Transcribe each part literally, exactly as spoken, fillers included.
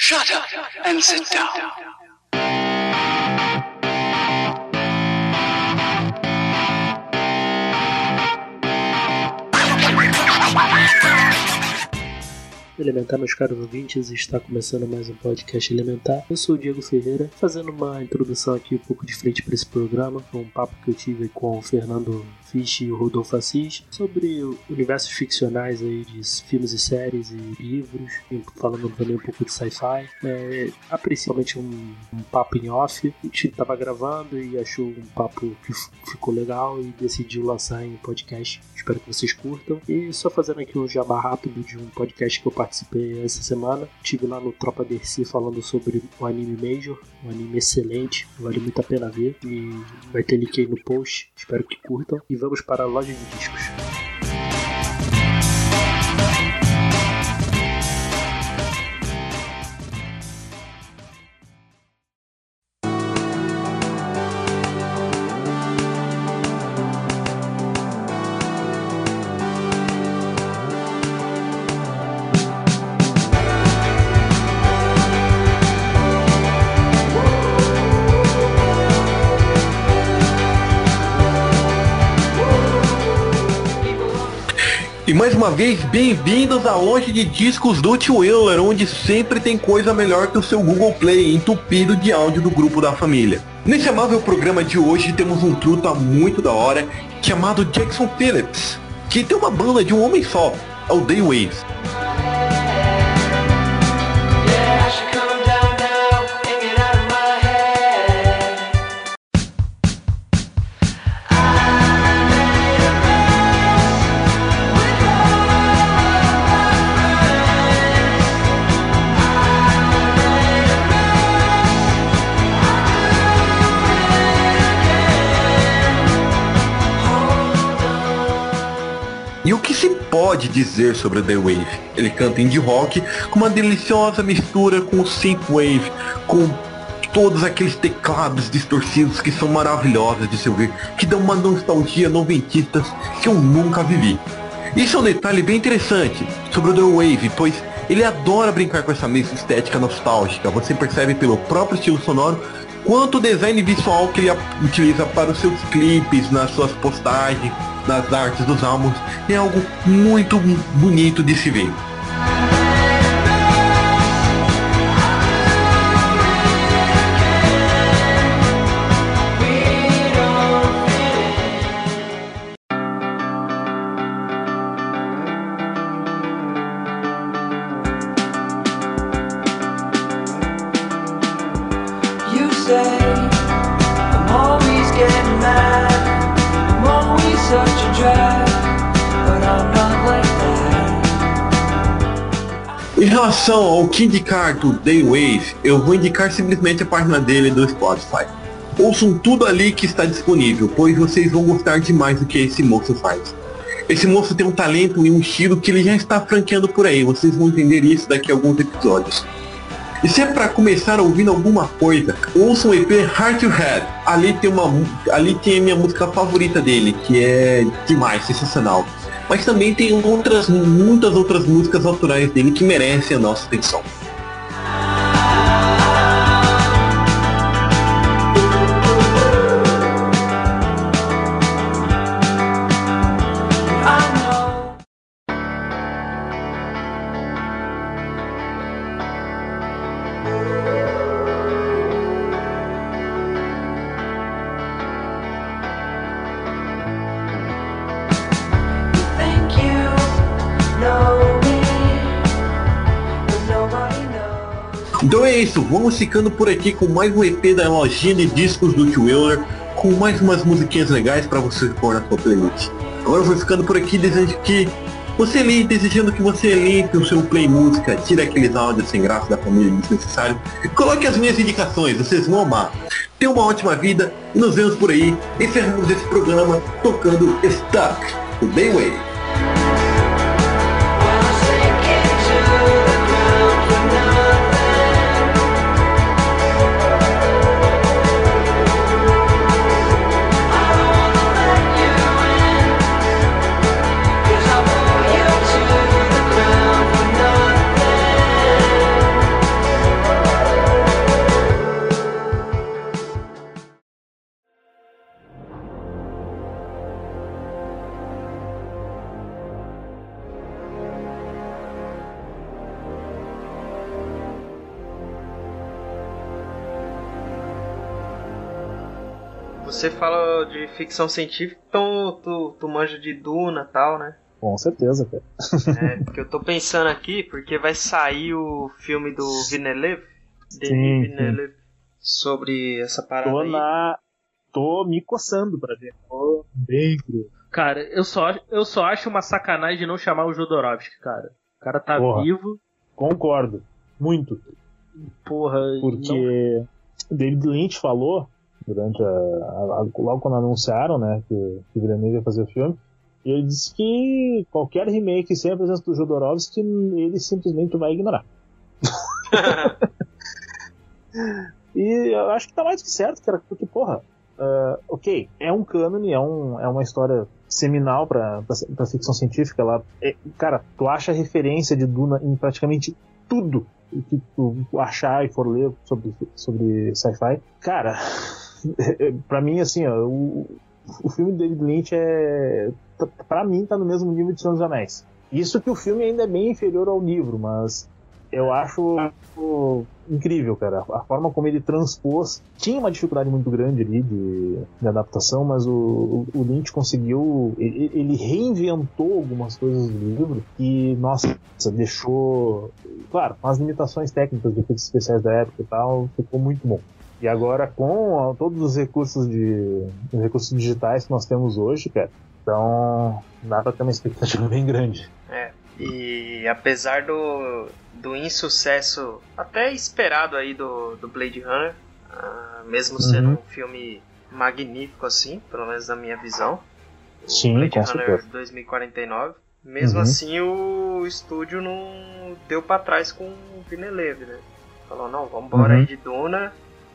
Shut up and sit down. Elementar, meus caros ouvintes, está começando mais um podcast Elementar. Eu sou o Diego Ferreira, fazendo uma introdução aqui um pouco de frente para esse programa, um papo que eu tive com o Fernando Fisch e o Rodolfo Assis sobre universos ficcionais aí de filmes e séries e livros, falando também um pouco de sci-fi. É, há principalmente um, um papo em off. A gente estava gravando e achou um papo que ficou legal e decidiu lançar em podcast. Espero que vocês curtam. E só fazendo aqui um jabá rápido de um podcast que eu participei essa semana. Estive lá no Tropa D C falando sobre o anime Major, um anime excelente, vale muito a pena ver. E vai ter link aí no post, espero que curtam. E vamos para a loja de discos. E mais uma vez, bem-vindos à loja de discos do Tio Euler, onde sempre tem coisa melhor que o seu Google Play entupido de áudio do grupo da família. Nesse amável programa de hoje temos um truta muito da hora, chamado Jackson Phillips, que tem uma banda de um homem só, é o Daywave. E o que se pode dizer sobre o Daywave? Ele canta indie rock com uma deliciosa mistura com o synthwave, com todos aqueles teclados distorcidos que são maravilhosos de se ouvir, que dão uma nostalgia noventista que eu nunca vivi. Isso é um detalhe bem interessante sobre o Daywave, pois ele adora brincar com essa mesma estética nostálgica. Você percebe pelo próprio estilo sonoro quanto o design visual que ele utiliza para os seus clipes, nas suas postagens, nas artes dos álbuns, é algo muito bonito de se ver. Em relação ao que indicar do Daywave, eu vou indicar simplesmente a página dele do Spotify. Ouçam tudo ali que está disponível, pois vocês vão gostar demais do que esse moço faz. Esse moço tem um talento e um estilo que ele já está franqueando por aí, vocês vão entender isso daqui a alguns episódios. E se é para começar ouvindo alguma coisa, ouçam o E P Heart to Head. Ali tem, uma, ali tem a minha música favorita dele, que é demais, sensacional. Mas também tem outras, muitas outras músicas autorais dele que merecem a nossa atenção. Então é isso, vamos ficando por aqui com mais um E P da lojinha de discos do Tio Euler, com mais umas musiquinhas legais para você pôr na sua playlist. Agora eu vou ficando por aqui desejando que você limpe, desejando que você limpe o seu Play Música, tire aqueles áudios sem graça da família desnecessário, coloque as minhas indicações, vocês vão amar. Tenha uma ótima vida e nos vemos por aí. Encerramos esse programa tocando Stuck, do Daywave. você fala de ficção científica, então tu, tu manja de Duna e tal, né? Com certeza, cara. É, porque eu tô pensando aqui, porque vai sair o filme do Villeneuve, Denis Sim, Villeneuve, sobre essa parada Tô aí. na... Tô me coçando pra ver. Tô bem cru. Cara, eu só, eu só acho uma sacanagem não chamar o Jodorowsky, cara. O cara tá Porra. vivo. Concordo. Muito. Porra, Porque o David Lynch falou, durante a, a, a, logo quando anunciaram, né, que o Villeneuve ia fazer o filme, e ele disse que qualquer remake sem a presença do Jodorowsky, ele simplesmente vai ignorar. E eu acho que tá mais que certo, cara, porque, porra, uh, ok, é um cânone, é, um, é uma história seminal pra, pra, pra ficção científica. Ela, é, cara, tu acha referência de Duna em praticamente tudo que tu achar e for ler sobre, sobre sci-fi. Cara, pra mim, assim, ó, o, o filme do David Lynch é, pra mim, tá no mesmo nível de Senhor dos Anéis. Isso que o filme ainda é bem inferior ao livro, mas eu acho, acho incrível, cara. A forma como ele transpôs. Tinha uma dificuldade muito grande ali de, de adaptação, mas o, o, o Lynch conseguiu. Ele, ele reinventou algumas coisas do livro e, nossa, deixou. Claro, com as limitações técnicas de efeitos especiais da época e tal, ficou muito bom. E agora, com todos os recursos, de, os recursos digitais que nós temos hoje, cara, então dá pra ter uma expectativa bem grande. É, e apesar do, do insucesso até esperado aí do, do Blade Runner, uh, mesmo sendo uhum. um filme magnífico assim, pelo menos na minha visão, Sim, Blade com Runner certeza. dois mil e quarenta e nove, mesmo uhum. assim o estúdio não deu pra trás com o Villeneuve, né? Falou, não, vamos embora uhum. aí de Duna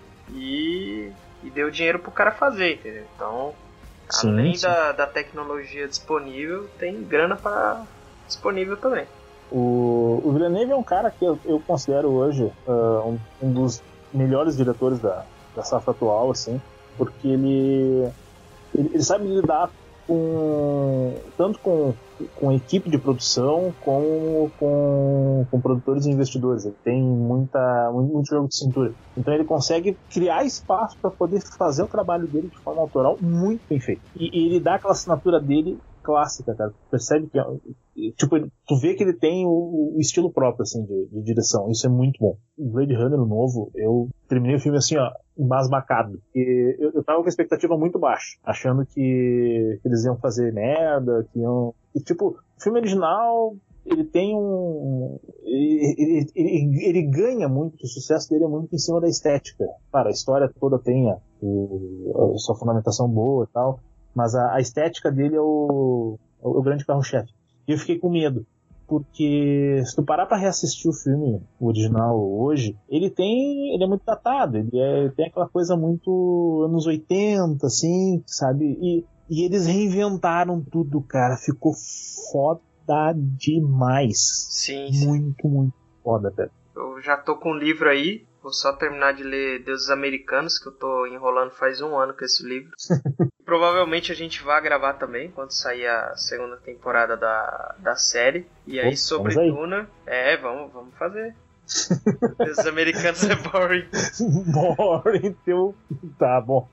e, e deu dinheiro pro cara fazer, entendeu? Então, sim, além sim. Da, da tecnologia disponível, tem grana pra disponível também. O, o Villeneuve é um cara que eu, eu considero hoje uh, um, um dos melhores diretores da, da safra atual, assim, porque ele, ele, ele sabe lidar com, tanto com, com equipe de produção como com, com produtores e investidores. Ele tem muita, muito, muito jogo de cintura. Então ele consegue criar espaço para poder fazer o trabalho dele de forma autoral muito bem feito. E, e ele dá aquela assinatura dele clássica, cara. Tu percebe que, tipo, tu vê que ele tem o, o estilo próprio, assim, de, de direção. Isso é muito bom. O Blade Runner, o novo, eu terminei o filme assim, ó, embasbacado. E eu, eu tava com a expectativa muito baixa, achando que, que eles iam fazer merda, que iam... E, tipo, o filme original, ele tem um... Ele, ele, ele, ele ganha muito, o sucesso dele é muito em cima da estética. Claro, a história toda tem a, a sua fundamentação boa e tal, mas a, a estética dele é o, é o grande carro-chefe. E eu fiquei com medo, porque se tu parar pra reassistir o filme o original hoje, ele tem, ele é muito datado, ele, é, ele tem aquela coisa muito anos oitenta, assim, sabe? E, e eles reinventaram tudo, cara, ficou foda demais. Sim, sim. Muito, muito foda, velho. Eu já tô com um livro aí, vou só terminar de ler Deuses Americanos, que eu tô enrolando faz um ano com esse livro. Provavelmente a gente vai gravar também, quando sair a segunda temporada da, da série. E aí, Pô, sobre aí. Duna, é, vamos, vamos fazer. Deuses Americanos é boring. Boring, teu... Tá bom.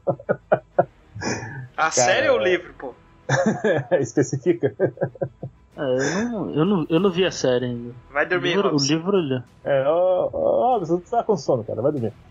A Cara, série ou o livro, pô? Especifica. É, eu, não, eu, não, eu não vi a série ainda. Vai dormir, O livro, o Robson. livro olha. É, ó, ó, você tá com sono, cara, vai dormir.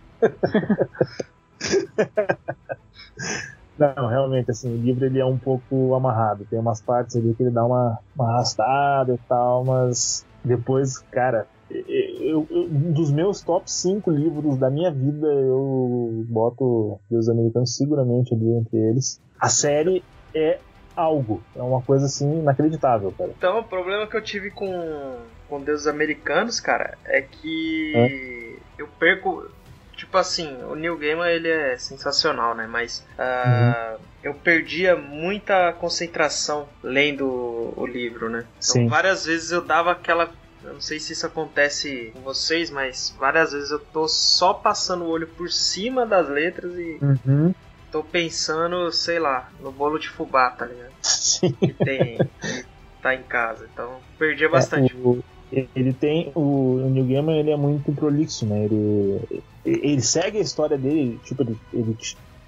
Não, realmente, assim, o livro ele é um pouco amarrado. Tem umas partes ali que ele dá uma, uma arrastada e tal, mas depois, cara, eu, eu, um dos meus top cinco livros da minha vida, eu boto Deuses Americanos seguramente ali entre eles. A série é algo, é uma coisa assim inacreditável, cara. Então, o problema que eu tive com, com Deuses Americanos, cara, é que é? eu perco... Tipo assim, o Neil Gaiman ele é sensacional, né? Mas uh, uhum. eu perdia muita concentração lendo o livro, né? Então Sim. várias vezes eu dava aquela... Eu não sei se isso acontece com vocês, mas várias vezes eu tô só passando o olho por cima das letras e uhum. tô pensando, sei lá, no bolo de fubá, tá ligado? Sim. Que tem, que tá em casa. Então perdia bastante. É, o... Ele tem, o Neil Gaiman ele é muito prolixo, né? Ele, ele segue a história dele, tipo, ele, ele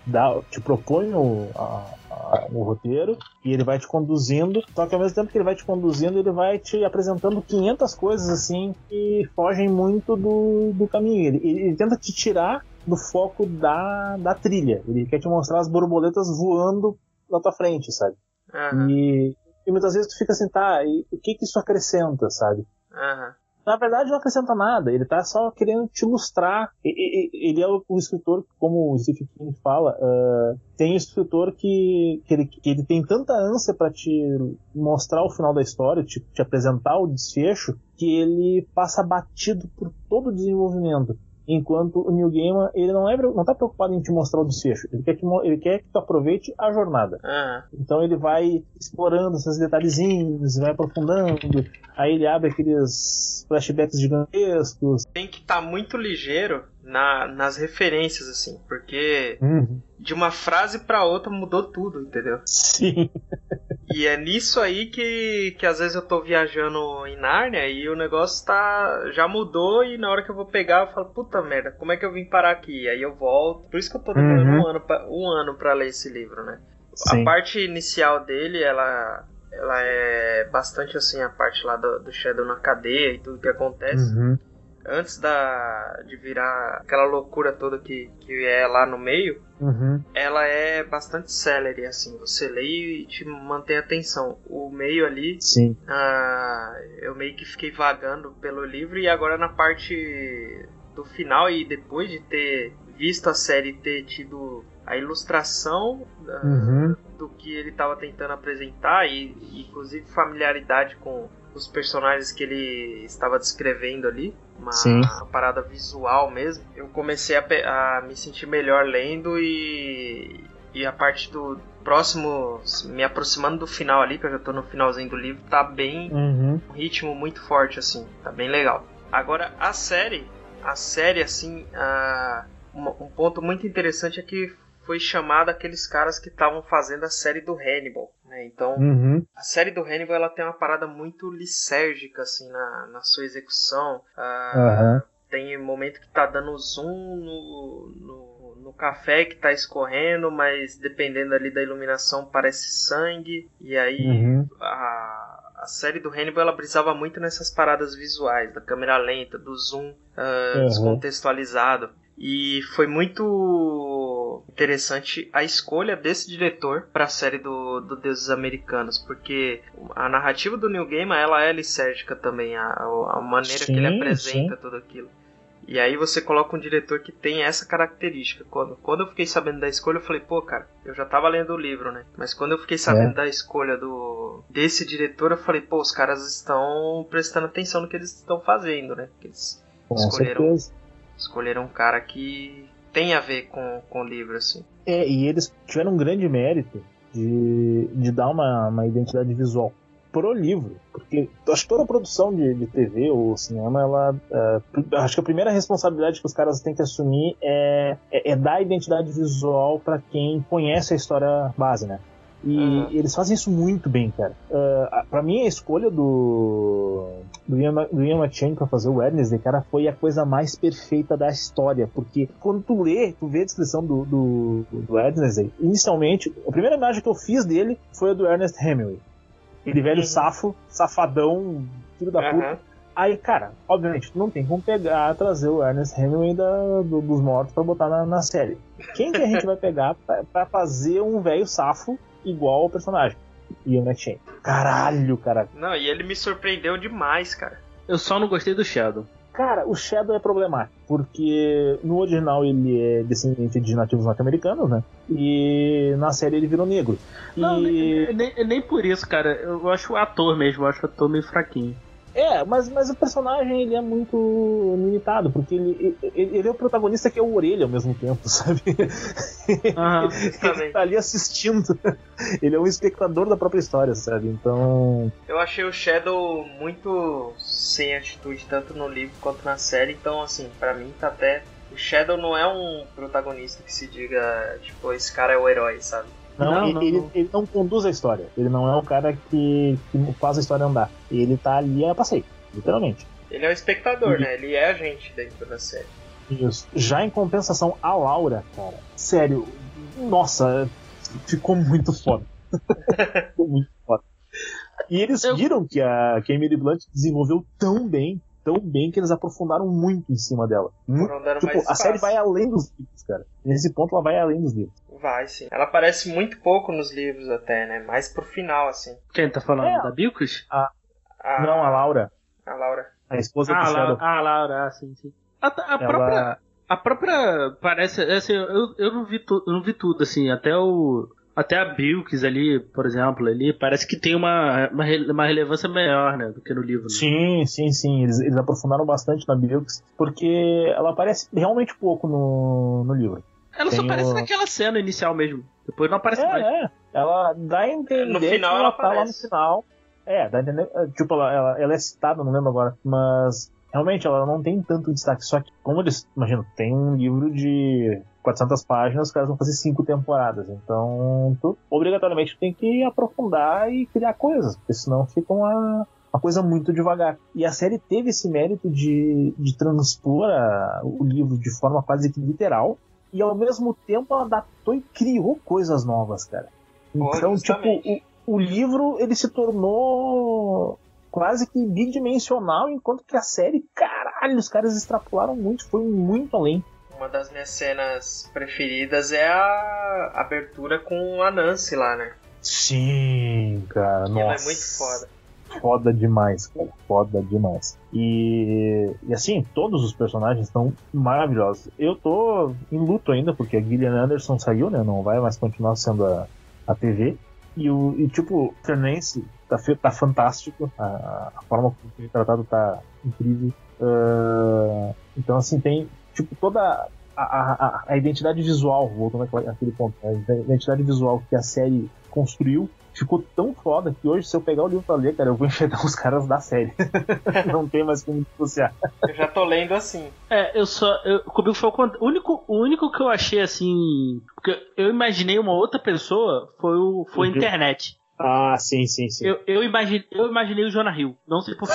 dá, te propõe o, a, a, o roteiro e ele vai te conduzindo, só que ao mesmo tempo que ele vai te conduzindo, ele vai te apresentando quinhentas coisas assim que fogem muito do, do caminho. Ele, ele, ele tenta te tirar do foco da, da trilha. Ele quer te mostrar as borboletas voando na tua frente, sabe? Uhum. E, e muitas vezes tu fica assim, tá, e o que que isso acrescenta, sabe? Uhum. Na verdade não acrescenta nada, ele tá só querendo te ilustrar. Ele é o, o escritor, como o Stephen King fala, uh, tem um escritor que, que, ele, que ele tem tanta ânsia para te mostrar o final da história, te, te apresentar o desfecho, que ele passa batido por todo o desenvolvimento. Enquanto o Neil Gaiman, ele não, é, não tá preocupado em te mostrar o desfecho, ele quer que, ele quer que tu aproveite a jornada. Uhum. Então ele vai explorando esses detalhezinhos, vai aprofundando, aí ele abre aqueles flashbacks gigantescos. Tem que estar tá muito ligeiro na, nas referências, assim, porque uhum. de uma frase pra outra mudou tudo, entendeu? Sim. E é nisso aí que, que às vezes eu tô viajando em Nárnia e o negócio tá, já mudou e na hora que eu vou pegar eu falo, puta merda, como é que eu vim parar aqui? Aí eu volto. Por isso que eu tô demorando uhum. um, ano pra, um ano pra ler esse livro, né? Sim. A parte inicial dele, ela, ela é bastante assim, a parte lá do, do Shadow na cadeia e tudo que acontece. Uhum. Antes da, de virar aquela loucura toda que, que é lá no meio, uhum. ela é bastante celery, assim, você lê e te mantém atenção. O meio ali, Sim. Ah, eu meio que fiquei vagando pelo livro e agora na parte do final e depois de ter visto a série e ter tido a ilustração uhum. uh, do que ele estava tentando apresentar e, e inclusive familiaridade com os personagens que ele estava descrevendo ali, uma, uma parada visual mesmo, eu comecei a, pe- a me sentir melhor lendo e, e a parte do próximo, me aproximando do final ali, que eu já tô no finalzinho do livro, tá bem, uhum. um ritmo muito forte assim, tá bem legal. Agora a série, a série assim, uh, um, um ponto muito interessante é que foi chamado aqueles caras que estavam fazendo a série do Hannibal, né? Então, uhum. a série do Hannibal ela tem uma parada muito lisérgica assim na, na sua execução. Uh, uhum. Tem momento que tá dando zoom no, no, no café que tá escorrendo, mas dependendo ali da iluminação parece sangue. E aí uhum. a, a série do Hannibal ela brisava muito nessas paradas visuais, da câmera lenta, do zoom uh, uhum. descontextualizado. E foi muito interessante a escolha desse diretor para a série do, do Deuses Americanos, porque a narrativa do Neil Gaiman ela é lisérgica também, a, a maneira sim, que ele apresenta sim. tudo aquilo. E aí você coloca um diretor que tem essa característica. Quando, quando eu fiquei sabendo da escolha, eu falei, pô, cara, eu já tava lendo o livro, né? Mas quando eu fiquei sabendo é. da escolha do, desse diretor, eu falei, pô, os caras estão prestando atenção no que eles estão fazendo, né? Que eles Com escolheram... certeza. Escolheram um cara que tem a ver com, com o livro, assim. É, e eles tiveram um grande mérito de, de dar uma, uma identidade visual pro livro. Porque acho que toda a produção de, de T V ou cinema, ela, é, acho que a primeira responsabilidade que os caras têm que assumir é, é, é dar identidade visual para quem conhece a história base, né? E uhum. eles fazem isso muito bem, cara. Uh, pra mim, a escolha do, do Ian, do Ian McShane pra fazer o Wednesday, cara, foi a coisa mais perfeita da história. Porque quando tu lê, tu vê a descrição do, do, do Wednesday, inicialmente, a primeira imagem que eu fiz dele foi a do Ernest Hemingway. Ele velho uhum. safo, safadão, filho da puta. Uhum. Aí, cara, obviamente, tu não tem como pegar, trazer o Ernest Hemingway da, do, dos mortos pra botar na, na série. Quem que a gente vai pegar pra, pra fazer um velho safo igual ao personagem? Ian McShane. Caralho, cara. Não, e ele me surpreendeu demais, cara. Eu só não gostei do Shadow. Cara, o Shadow é problemático, porque no original ele é descendente de nativos norte-americanos, né? E na série ele virou negro. Não, e... nem, nem, nem por isso, cara. Eu acho o ator mesmo, eu acho o ator meio fraquinho. É, mas, mas o personagem ele é muito limitado, porque ele, ele, ele é o protagonista que é o Orelha ao mesmo tempo, sabe? Uhum, ele, ele tá ali assistindo. Ele é um espectador da própria história, sabe? Então... Eu achei o Shadow muito sem atitude, tanto no livro quanto na série, então assim, pra mim tá até... O Shadow não é um protagonista que se diga, tipo, esse cara é o herói, sabe? Não, não, ele, não, ele, não. ele não conduz a história. Ele não é um cara que, que faz a história andar. Ele tá ali a passeio, literalmente. Ele é o espectador, e... né? Ele é a gente dentro da série. Isso. Já em compensação, a Laura, cara, sério, nossa, ficou muito foda. Ficou muito foda. E eles Eu... viram que a, que a Emily Blunt desenvolveu tão bem, tão bem, que eles aprofundaram muito em cima dela. Muito, tipo, a série vai além dos livros, cara. Nesse ponto ela vai além dos livros. Vai, sim. Ela aparece muito pouco nos livros até, né? Mais pro final, assim. Quem tá falando? É, da Bilkis? A... A... Não, a Laura. A Laura. A esposa ah, do Shadow. Ah, a Laura, ah, sim, sim. A, a ela... própria... A própria... Parece... Assim, eu, eu, não vi tu, eu não vi tudo, assim. Até o... Até a Bilkis ali, por exemplo, ali, parece que tem uma, uma, uma relevância maior, né, do que no livro. Né? Sim, sim, sim. Eles, eles aprofundaram bastante na Bilkis, porque ela aparece realmente pouco no, no livro. Ela tem só aparece o... naquela cena inicial mesmo. Depois não aparece é, mais. É, ela dá a entender no final que ela, ela tá lá no final. É, dá a entender. Tipo, ela, ela, ela é citada, não lembro agora, mas... Realmente, ela não tem tanto destaque. Só que, como eles... Imagina, tem um livro de quatrocentas páginas, os caras vão fazer cinco temporadas. Então, tu, obrigatoriamente, tem que aprofundar e criar coisas. Porque senão fica uma, uma coisa muito devagar. E a série teve esse mérito de, de transpor a, o livro de forma quase que literal. E, ao mesmo tempo, ela adaptou e criou coisas novas, cara. Então, oh, tipo, o, o livro, ele se tornou... quase que bidimensional, enquanto que a série, caralho, os caras extrapolaram muito, foi muito além. Uma das minhas cenas preferidas é a abertura com a Nancy lá, né? Sim, cara, nossa. Ela é muito foda. Foda demais, cara, foda demais. E, e assim, todos os personagens estão maravilhosos. Eu tô em luto ainda, porque a Gillian Anderson saiu, né, não vai mais continuar sendo a, a T V. E, o, e tipo, o Nancy tá, tá fantástico, a, a forma como foi tratado tá incrível. Uh, então, assim, tem tipo toda a, a, a identidade visual, voltando àquele ponto, a identidade visual que a série construiu ficou tão foda que hoje, se eu pegar o livro pra ler, cara, eu vou enxergar os caras da série. Não tem mais como dissociar. Eu já tô lendo assim. É, eu só. Eu, comigo foi o único, o único que eu achei assim. Porque eu imaginei uma outra pessoa foi, o, foi a internet. Ah, sim, sim, sim. Eu, eu, imagine, eu imaginei o Jonah Hill, não sei porquê.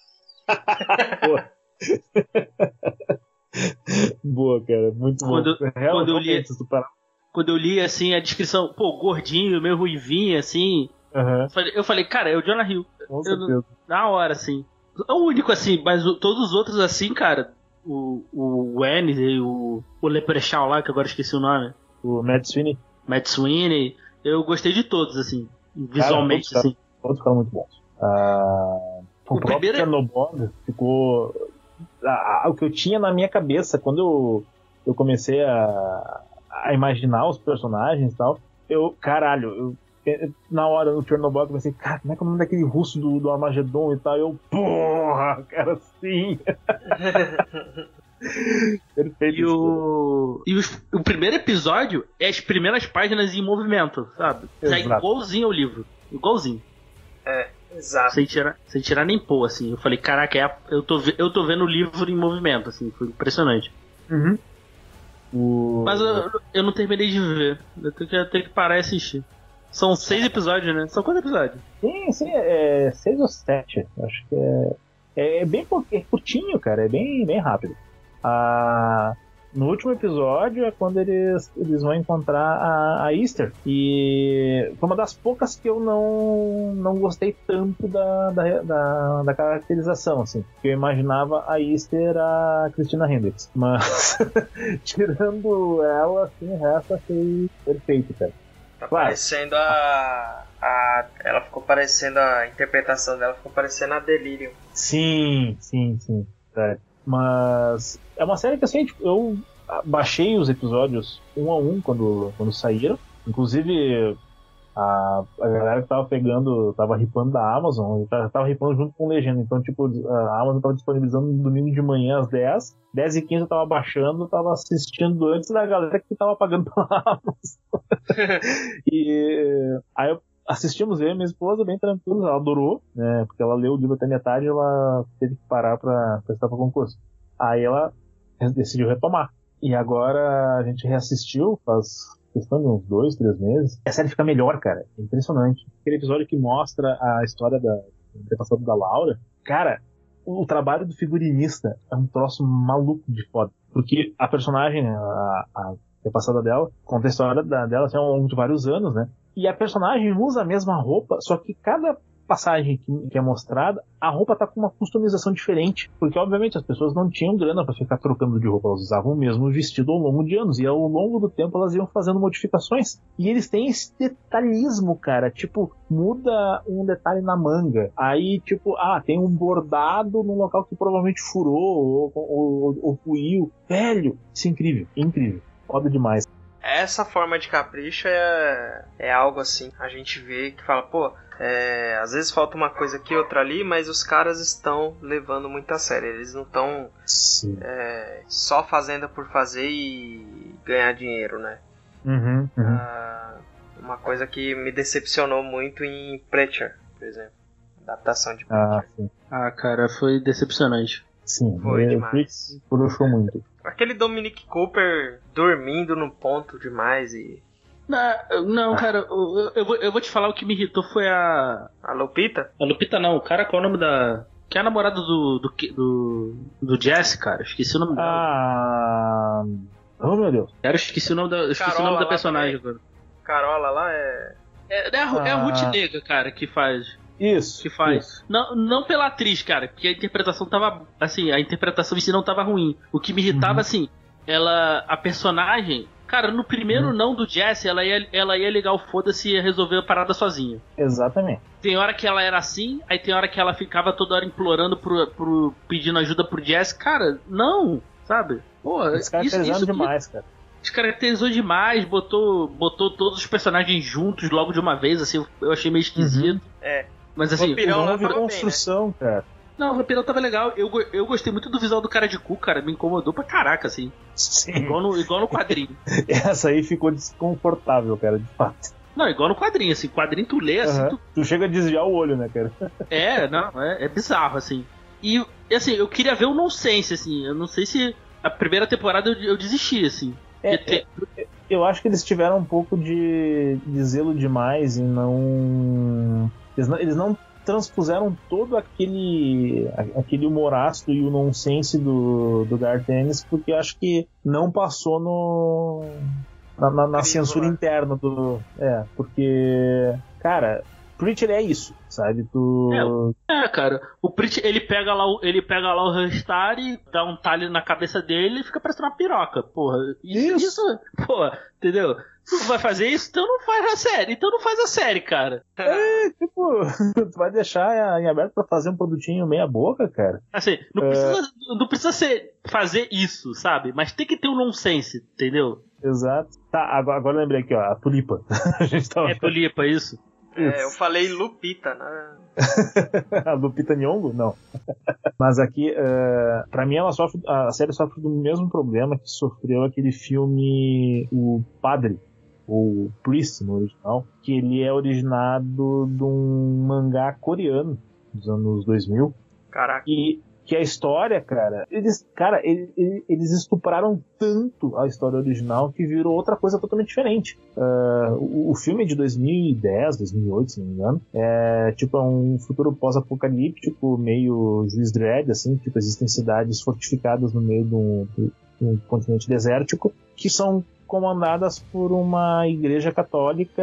Boa. Boa, cara, muito quando, bom. Real, quando eu li. Quando eu li, assim, a descrição, pô, gordinho, meio ruivinho, assim, uhum. eu falei, cara, é o Jonah Hill. Com certeza. Na hora, assim. É o único, assim, mas o, todos os outros, assim, cara, o, o Wednesday, o, o Leprechaun lá, que agora esqueci o nome. O Matt Sweeney. Matt Sweeney, eu gostei de todos, assim, visualmente, cara, todos, assim. Todos ficaram muito bons. Ah, o, o próprio primeiro... Chernobyl ficou... Ah, o que eu tinha na minha cabeça, quando eu, eu comecei a... a imaginar os personagens e tal, eu, caralho, eu, na hora no Chernobyl eu pensei, cara, como é que é o nome daquele russo do, do Armagedon e tal, eu, porra, cara, sim. Perfeito. E, o, e os, o primeiro episódio é as primeiras páginas em movimento, sabe? Sai igualzinho ao livro, igualzinho. É, exato. Sem tirar, sem tirar nem pôr, assim. Eu falei, caraca, é, eu, tô, eu tô vendo o livro em movimento, assim, foi impressionante. Uhum. O... Mas eu, eu não terminei de ver. Eu tenho que, eu tenho que parar e assistir. São seis episódios, né? São quantos episódios? Sim, sim, é seis ou sete. Acho que é. É bem é curtinho, cara. É bem, bem rápido. Ah, no último episódio é quando eles, eles vão encontrar a, a Easter. E foi uma das poucas que eu não, não gostei tanto da, da, da, da caracterização, assim. Porque eu imaginava a Easter a Christina Hendricks. Mas, tirando ela, assim, o resto achei perfeito, cara. Tá claro. Parecendo a, a... Ela ficou parecendo... A interpretação dela ficou parecendo a Delirium. Sim, sim, sim. É. Mas é uma série que, assim, tipo, eu baixei os episódios um a um quando, quando saíram. Inclusive, a, a galera que tava pegando, tava ripando da Amazon, e tava, tava ripando junto com legenda. Então, tipo, a Amazon tava disponibilizando no domingo de manhã às dez. dez e quinze eu tava baixando, tava assistindo antes da galera que tava pagando pela Amazon. E aí eu assistimos eu e minha esposa bem tranquilos, ela adorou, né, porque ela leu o livro até metade e ela teve que parar pra prestar pra concurso. Aí ela decidiu retomar. E agora a gente reassistiu faz questão de uns dois, três meses. A série fica melhor, cara. É impressionante. Aquele episódio que mostra a história da antepassado da Laura. Cara, o trabalho do figurinista é um troço maluco de foda. Porque a personagem, a, a passada dela, conta a história da, dela assim, ao longo de vários anos, né? E a personagem usa a mesma roupa, só que cada passagem que, que é mostrada, a roupa tá com uma customização diferente, porque obviamente as pessoas não tinham grana para ficar trocando de roupa, elas usavam o mesmo vestido ao longo de anos, e ao longo do tempo elas iam fazendo modificações, e eles têm esse detalhismo, cara, tipo, muda um detalhe na manga, aí tipo, ah, tem um bordado num local que provavelmente furou, ou, ou, ou, ou ruiu, velho, isso é incrível, incrível, foda demais. Essa forma de capricho é, é algo assim, a gente vê que fala, pô, é, às vezes falta uma coisa aqui, outra ali, mas os caras estão levando muito a sério, eles não estão é, só fazendo por fazer e ganhar dinheiro, né? Uhum, uhum. Ah, uma coisa que me decepcionou muito em Preacher, por exemplo, adaptação de Preacher. Ah, sim. Ah, cara, foi decepcionante. Sim, Foi é, demais. Puxou muito. Aquele Dominic Cooper dormindo no ponto demais e... Não, não cara, eu, eu, vou, eu vou te falar, o que me irritou foi a... A Lupita? A Lupita não, o cara, qual é o nome da... Que é a namorada do, do, do, do Jesse, cara, esqueci o nome dela. Ah... Oh, meu Deus. Cara, eu esqueci o nome da, eu esqueci Carola o nome da lá personagem, também. cara. Carola lá é... É, é, a, é a Ruth Ah. Nega, cara, que faz... Isso. Que faz. Isso. Não, não pela atriz, cara, porque a interpretação tava. Assim, a interpretação em si não tava ruim. O que me irritava, Uhum. assim, ela. A personagem. Cara, no primeiro Uhum. não do Jesse, ela ia, ela ia ligar o foda-se e ia resolver a parada sozinha. Exatamente. Tem hora que ela era assim, aí tem hora que ela ficava toda hora implorando pro, pro pedindo ajuda pro Jesse. Cara, não, sabe? Pô, Descaracterizando isso, isso demais, cara. descaracterizou demais, botou, botou todos os personagens juntos logo de uma vez, assim, eu achei meio esquisito. É. Mas assim, Vampirão o- lá Houve tava bem, construção, cara. não, o Vampirão tava legal. Eu, go- eu gostei muito do visual do cara de cu, cara. Me incomodou pra caraca, assim. Sim. Igual no, igual no quadrinho. Essa aí ficou desconfortável, cara, de fato. Não, igual no quadrinho, assim. Quadrinho tu lê, assim, Aham. tu... Tu chega a desviar o olho, né, cara? É, não, é, é bizarro, assim. E, e, assim, eu queria ver o nonsense, assim. Eu não sei se a primeira temporada eu, eu desisti, assim. É, Porque te- Eu acho que eles tiveram um pouco de, de zelo demais e não... Eles não... Eles não transpuseram todo aquele aquele humor ácido e o nonsense do, do Garth Ennis, porque eu acho que não passou no na, na, na censura interna do... É, porque... Cara, Preacher é isso, sabe? Tu... É, cara, o Prit, ele pega lá o, ele pega lá o Restart e dá um talho na cabeça dele e fica parecendo uma piroca, porra. Isso, Isso. isso porra, entendeu? Tu vai fazer isso, então não faz a série, então não faz a série, cara. É, tipo, tu vai deixar em aberto pra fazer um produtinho meia boca, cara? Assim, não, É. precisa, não precisa ser, fazer isso, sabe? Mas tem que ter um nonsense, entendeu? Exato. Tá, agora, agora eu lembrei aqui, ó, a Tulipa. A gente tava... É tulipa, isso. É, eu falei Lupita, né? A Lupita Nyong'o? Não. Mas aqui, uh, pra mim, ela sofre, a série sofre do mesmo problema que sofreu aquele filme O Padre, ou Priest no original, que ele é originado de um mangá coreano dos anos dois mil. Caraca. E que a história, cara, eles, cara, ele- ele- eles estupraram tanto a história original que virou outra coisa totalmente diferente. Uh, o, o filme é de dois mil e dez, dois mil e oito, se não me engano. É tipo é um futuro pós-apocalíptico, meio Juiz Dredd, assim, tipo, existem cidades fortificadas no meio de um, de um continente desértico que são comandadas por uma igreja católica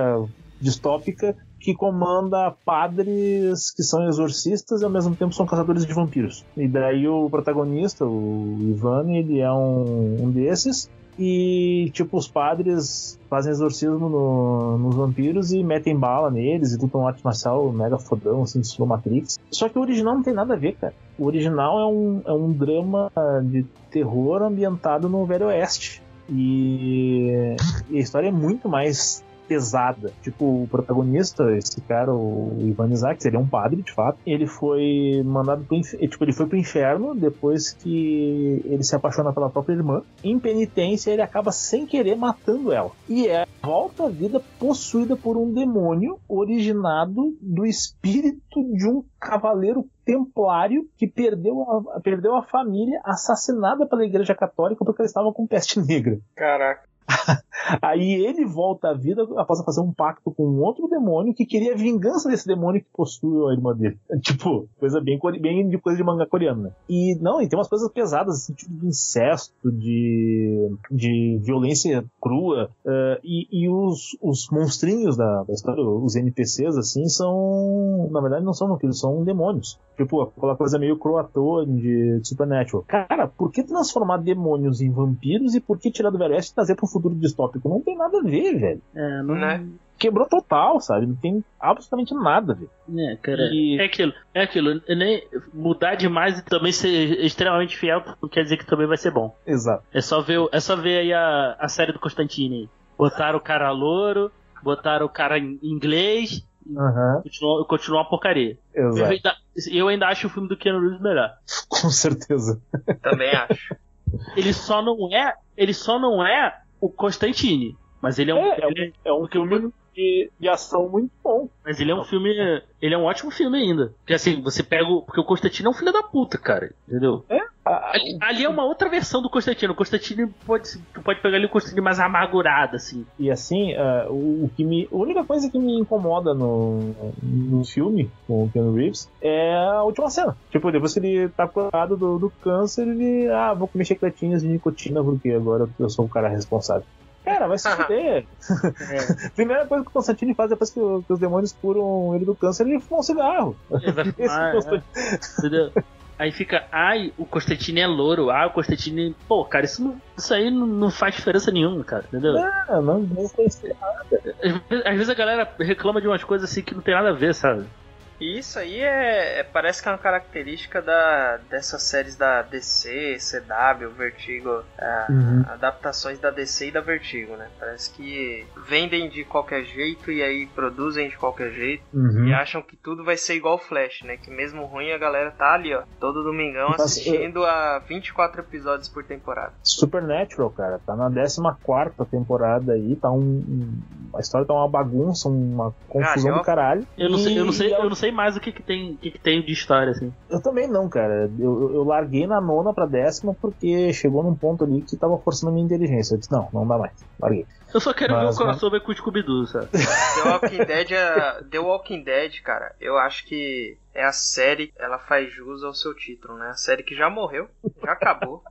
distópica que comanda padres que são exorcistas e ao mesmo tempo são caçadores de vampiros. E daí o protagonista, o Ivan, ele é um, um desses. E, tipo, os padres fazem exorcismo no, nos vampiros e metem bala neles e lutam um arte marcial mega fodão, assim, estilo Matrix. Só que o original não tem nada a ver, cara. O original é um, é um drama de terror ambientado no Velho Oeste. E, e a história é muito mais pesada. Tipo, o protagonista, esse cara, o Ivan Isaac, ele é um padre, de fato. Ele foi mandado pro inferno, tipo, ele foi pro inferno depois que ele se apaixona pela própria irmã. Em penitência, ele acaba sem querer matando ela. E é volta à vida possuída por um demônio originado do espírito de um cavaleiro templário que perdeu a, perdeu a família assassinada pela Igreja Católica porque eles estavam com peste negra. Caraca. Aí ele volta à vida após fazer um pacto com um outro demônio que queria a vingança desse demônio que possui a irmã dele. Tipo, coisa bem, bem de coisa de manga coreano, né? E não, e tem umas coisas pesadas, assim, tipo de incesto, de, de violência crua, uh, e, e os, os monstrinhos da, da história, os N P Cs, assim, são, na verdade não são vampiros, são demônios. Tipo, aquela coisa meio Croatoan de, de Supernatural. Cara, por que transformar demônios em vampiros e por que tirar do Velho Oeste e trazer pra um futuro distópico? Não tem nada a ver, velho. É, não... Né? Quebrou total, sabe? Não tem absolutamente nada a ver. É, cara, E- é aquilo, é aquilo. Nem mudar demais e também ser extremamente fiel não quer dizer que também vai ser bom. Exato. É só ver, é só ver aí a, a série do Constantine aí. Botaram o cara louro, botaram o cara em inglês, Aham, continuou, continuou uma porcaria. Eu exato. ainda, eu ainda acho o filme do Keanu Reeves melhor. Com certeza. Também acho. Ele só não é, ele só não é o Constantine, mas ele é um, É, é um, ele- é um filme de, de ação muito bom. mas ele é um filme, ele é um ótimo filme ainda. Porque assim, você pega o, porque o Constantine é um filho da puta, cara, entendeu? Ah, Ali, ali é uma outra versão do Constantino. O Constantino pode, tu pode pegar ali o Constantino mais amargurado, assim. E assim, ah, o, o que me, a única coisa que me incomoda no, no filme com o Keanu Reeves é a última cena. Tipo, depois que ele tá curado do, do câncer, ele, ah, vou comer chicletinhas de nicotina porque agora eu sou o cara responsável. Cara, vai se fuder. É. Primeira coisa que o Constantine faz depois que, o- que os demônios curam ele do câncer, ele fuma um cigarro. Ele vai Esse fumar, Constantine- é, entendeu? Aí fica, ai, o Constantino é louro, ah, o Constantino. Pô, cara, isso, não, isso aí não, não faz diferença nenhuma, cara, entendeu? Ah, não, não conheci. Às vezes, às vezes a galera reclama de umas coisas assim que não tem nada a ver, sabe? E isso aí é, é- parece que é uma característica da, dessas séries da D C, C W, Vertigo, ah, Uhum. adaptações da D C e da Vertigo, né? Parece que vendem de qualquer jeito e aí produzem de qualquer jeito Uhum. e acham que tudo vai ser igual Flash, né? Que mesmo ruim a galera tá ali, ó, todo domingão Nossa, assistindo a vinte e quatro episódios por temporada. Supernatural, cara, tá na décima quarta temporada aí, tá um, um- a história tá uma bagunça, uma confusão Galhofa. do caralho. Eu não sei, eu não E sei, eu não sei mais o que, que tem, o que, que tem de história, assim. eu também não, cara. Eu, eu- eu larguei na nona pra décima porque chegou num ponto ali que tava forçando a minha inteligência. Eu disse, não, não dá mais. Larguei. Eu só quero Mas, ver o crossover com o Scooby-Doo, sabe? The Walking Dead, é, The Walking Dead, cara, eu acho que é a série, ela faz jus ao seu título, né? A série que já morreu, já acabou,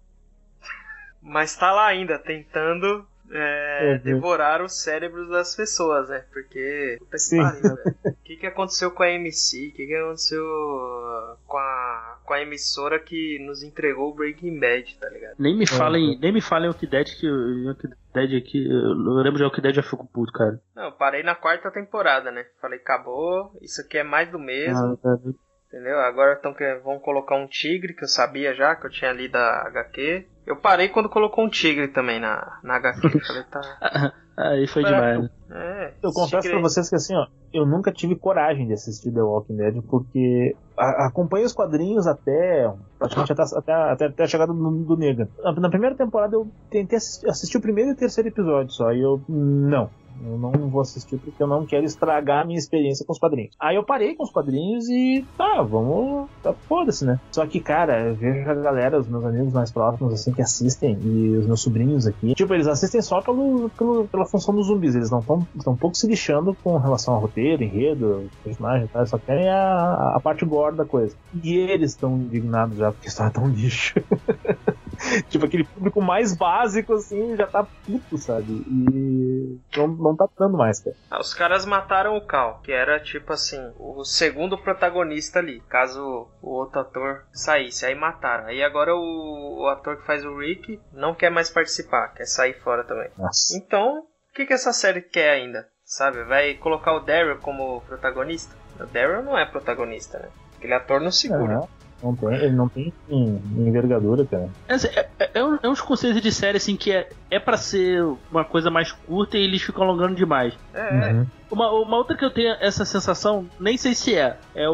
mas tá lá ainda, tentando é, Uhum. devorar os cérebros das pessoas, né? Porque, puta que Sim. pariu, velho. O que, que aconteceu com a M C? O que, que aconteceu com a, com a emissora que nos entregou o Breaking Bad, tá ligado? Nem me falem, Uhum. nem me falem o que Dead que o Walking Dead aqui, eu lembro de Walking Dead, já fico puto, cara. Não, eu parei na quarta temporada, né? Falei, acabou, isso aqui é mais do mesmo. Ah, Entendeu? Agora tão que vão colocar um tigre, que eu sabia já, que eu tinha lido a H Q. Eu parei quando colocou um tigre também na, na H Q. Falei, tá. Aí foi demais, né? É, Eu esse confesso tigre pra aí. vocês que assim, ó, eu nunca tive coragem de assistir The Walking Dead porque a- acompanhei os quadrinhos até praticamente até, até, até, até a chegada do, do Negan. Na, na primeira temporada eu tentei assistir, assistir o primeiro e o terceiro episódio só, e eu não. Eu não vou assistir porque eu não quero estragar a minha experiência com os quadrinhos. Aí eu parei com os quadrinhos e tá, vamos. Tá, foda-se, né? Só que, cara, eu vejo a galera, os meus amigos mais próximos, assim, que assistem, e os meus sobrinhos aqui. Tipo, eles assistem só pelo, pelo, pela função dos zumbis. Eles não estão um pouco se lixando com relação ao roteiro, enredo, personagem e tal. Só querem a, a parte gore da coisa. E eles estão indignados já porque a história tá um lixo. Tipo, aquele público mais básico, assim, já tá puto, sabe? E não, não tá dando mais, cara. Ah, os caras mataram o Cal, que era tipo assim, o segundo protagonista ali, caso o outro ator saísse. Aí mataram. Aí agora o, o ator que faz o Rick não quer mais participar, quer sair fora também. Nossa. Então, o que, que essa série quer ainda? Sabe? Vai colocar o Daryl como protagonista? O Daryl não é protagonista, né? Aquele ator não segura. Aham. Não tem, ele não tem hum, envergadura, cara. É, é, é, um- é uns conceitos de série assim que é, é pra ser uma coisa mais curta e eles ficam alongando demais. É, é. Uhum. Uma, uma outra que eu tenho essa sensação, nem sei se é, é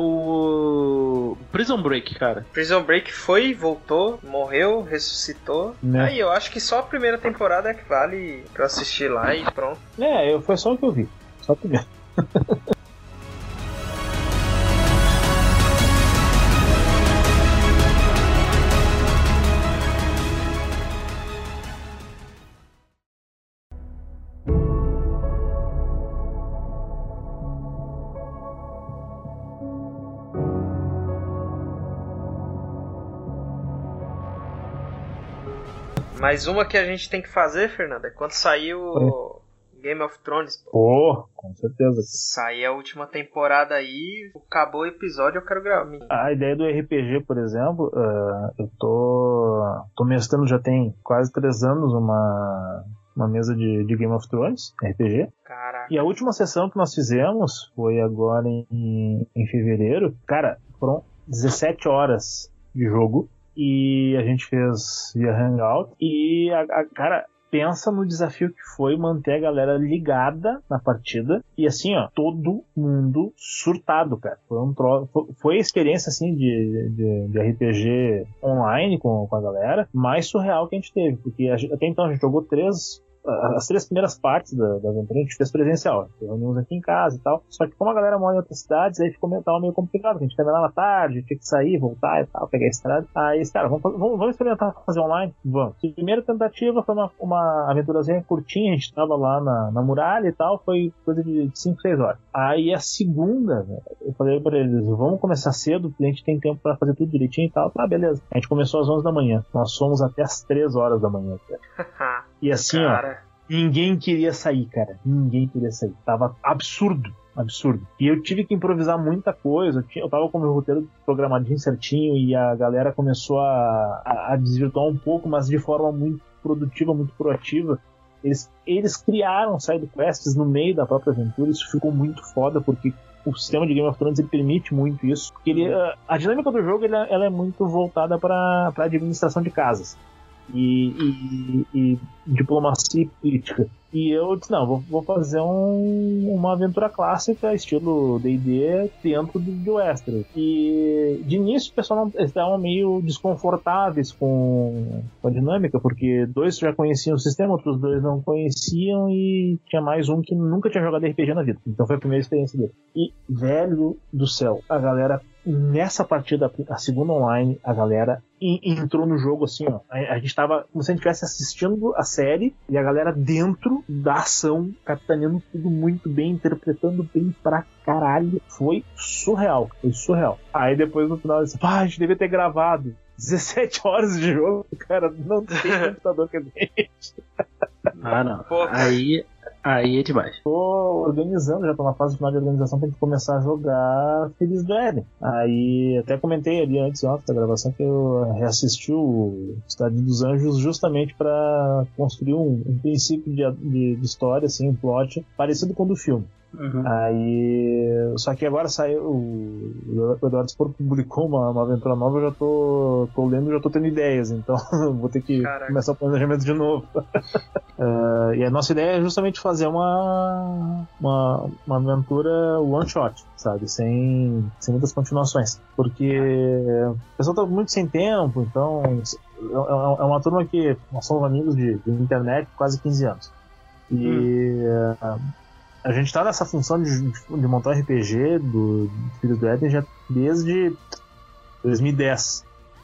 o Prison Break, cara. Prison Break foi, voltou, morreu, ressuscitou. Né? Aí eu acho que só a primeira temporada é que vale pra eu assistir lá e pronto. É, eu, foi só o que eu vi. Só o primeiro. Mas uma que a gente tem que fazer, Fernando, é quando sair o Game of Thrones. Pô, Pô com certeza. Sair a última temporada aí, acabou o episódio, eu quero gravar. A ideia do R P G, por exemplo, uh, eu tô, tô mestrando já tem quase três anos uma, uma mesa de, de Game of Thrones, R P G. Caraca. E a última sessão que nós fizemos foi agora em, em fevereiro. Cara, foram dezessete horas de jogo. E a gente fez via Hangout. E, a, a, cara, pensa no desafio que foi manter a galera ligada na partida. E assim, ó, todo mundo surtado, cara. Foi, um tro... foi a experiência, assim, de, de, de R P G online com, com a galera mais surreal que a gente teve. Porque a gente, até então a gente jogou três... As três primeiras partes da, da aventura a gente fez presencial, reunimos aqui em casa e tal. Só que como a galera mora em outras cidades, aí ficou tava meio complicado, a gente terminava tarde, tinha que sair, voltar e tal, pegar a estrada. Aí, cara, vamos, vamos, vamos experimentar fazer online? Vamos. A primeira tentativa foi uma, uma aventurazinha curtinha, a gente tava lá na, na muralha e tal, foi coisa de cinco, seis horas. Aí a segunda, eu falei pra eles, vamos começar cedo, porque a gente tem tempo pra fazer tudo direitinho e tal. Tá, beleza. A gente começou às onze da manhã, nós fomos até às três horas da manhã, cara. E assim, cara, ó, ninguém queria sair, cara. Ninguém queria sair. Tava absurdo, absurdo. E eu tive que improvisar muita coisa. Eu, tinha, eu tava com o meu roteiro programadinho certinho e a galera começou a, a, a desvirtuar um pouco, mas de forma muito produtiva, muito proativa. Eles, eles criaram side quests no meio da própria aventura. Isso ficou muito foda, porque o sistema de Game of Thrones ele permite muito isso. Porque ele, a, a dinâmica do jogo ela, ela é muito voltada para a administração de casas. E, e, e diplomacia política. E eu disse, não, vou, vou fazer um, uma aventura clássica, estilo D e D, dentro de, de Westeros. E de início o pessoal não, eles estavam meio desconfortáveis com, com a dinâmica, porque dois já conheciam o sistema, outros dois não conheciam, e tinha mais um que nunca tinha jogado R P G na vida. Então foi a primeira experiência dele. E, velho do céu, a galera, nessa partida, a segunda online, a galera entrou no jogo assim, ó. A, a gente tava como se a gente estivesse assistindo a série e a galera dentro da ação, capitaneando tudo muito bem, interpretando bem pra caralho. Foi surreal, foi surreal. Aí depois no final eu disse, pá, a gente devia ter gravado dezessete horas de jogo, cara, não tem computador que a gente. Ah, não. Aí, aí é demais. Tô organizando, já tô na fase final de organização pra gente começar a jogar Filhos do Éden. Aí até comentei ali antes ontem da gravação que eu reassisti o Estádio dos Anjos justamente pra construir um, um princípio de, de, de história, assim, um plot parecido com o do filme. Uhum. Aí, só que agora saiu, o Eduardo Spor publicou uma, uma aventura nova, eu já tô, tô lendo, já tô tendo ideias, então vou ter que Caraca. começar o planejamento de novo. uh, e a nossa ideia é justamente fazer uma uma, uma aventura one shot, sabe, sem, sem muitas continuações, porque o pessoal tá muito sem tempo, então é, é uma turma que nós somos amigos de, de internet quase quinze anos e hum. uh, a gente tá nessa função de, de montar R P G do, do Filhos do Éden já desde dois mil e dez.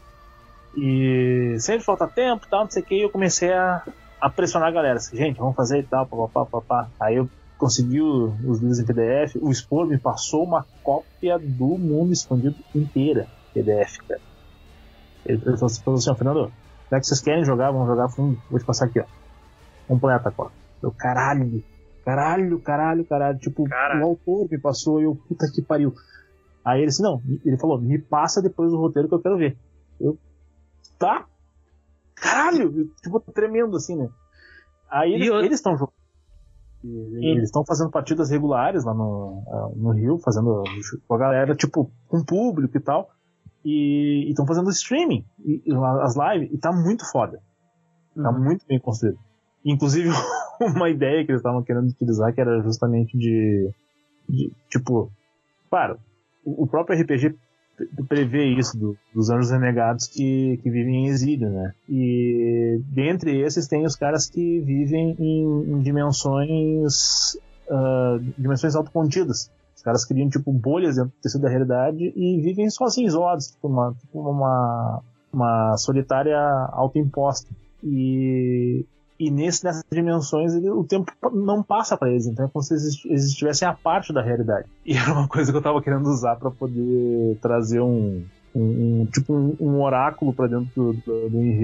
E sempre falta tempo e tal, não sei o que, e eu comecei a, a pressionar a galera. Assim, gente, vamos fazer e tal, papapá, papapá. Aí eu consegui o, os livros em P D F, o Spor me passou uma cópia do Mundo Escondido inteira, P D F, cara. Ele falou assim, ó, Fernando, já que vocês querem jogar, vamos jogar, vou te passar aqui, ó. Completa a cópia. Eu, caralho, Caralho, caralho, caralho. Tipo, Caraca. o autor me passou e eu, puta que pariu. Aí ele disse, não, ele falou, me passa depois o roteiro que eu quero ver. Eu, tá? Caralho! Eu, tipo, tremendo assim, né? Aí eles estão jogando. Eles estão fazendo partidas regulares lá no, no Rio, fazendo com a galera, tipo, com público e tal. E estão fazendo streaming, e, as lives, e tá muito foda. Tá uhum. muito bem construído. Inclusive, uma ideia que eles estavam querendo utilizar, que era justamente de, de tipo, claro, o próprio R P G prevê isso do, dos anjos renegados que, que vivem em exílio, né? E dentre esses tem os caras que vivem em, em dimensões uh, dimensões autocontidas. Os caras criam tipo bolhas dentro do tecido da realidade e vivem sozinhos, isolados, tipo uma, tipo uma, uma solitária autoimposta. E E nesse, nessas dimensões ele, o tempo não passa pra eles, então é como se eles, eles estivessem a parte da realidade. E era uma coisa que eu tava querendo usar pra poder trazer um, um, um tipo um, um oráculo pra dentro do, do, do enredo,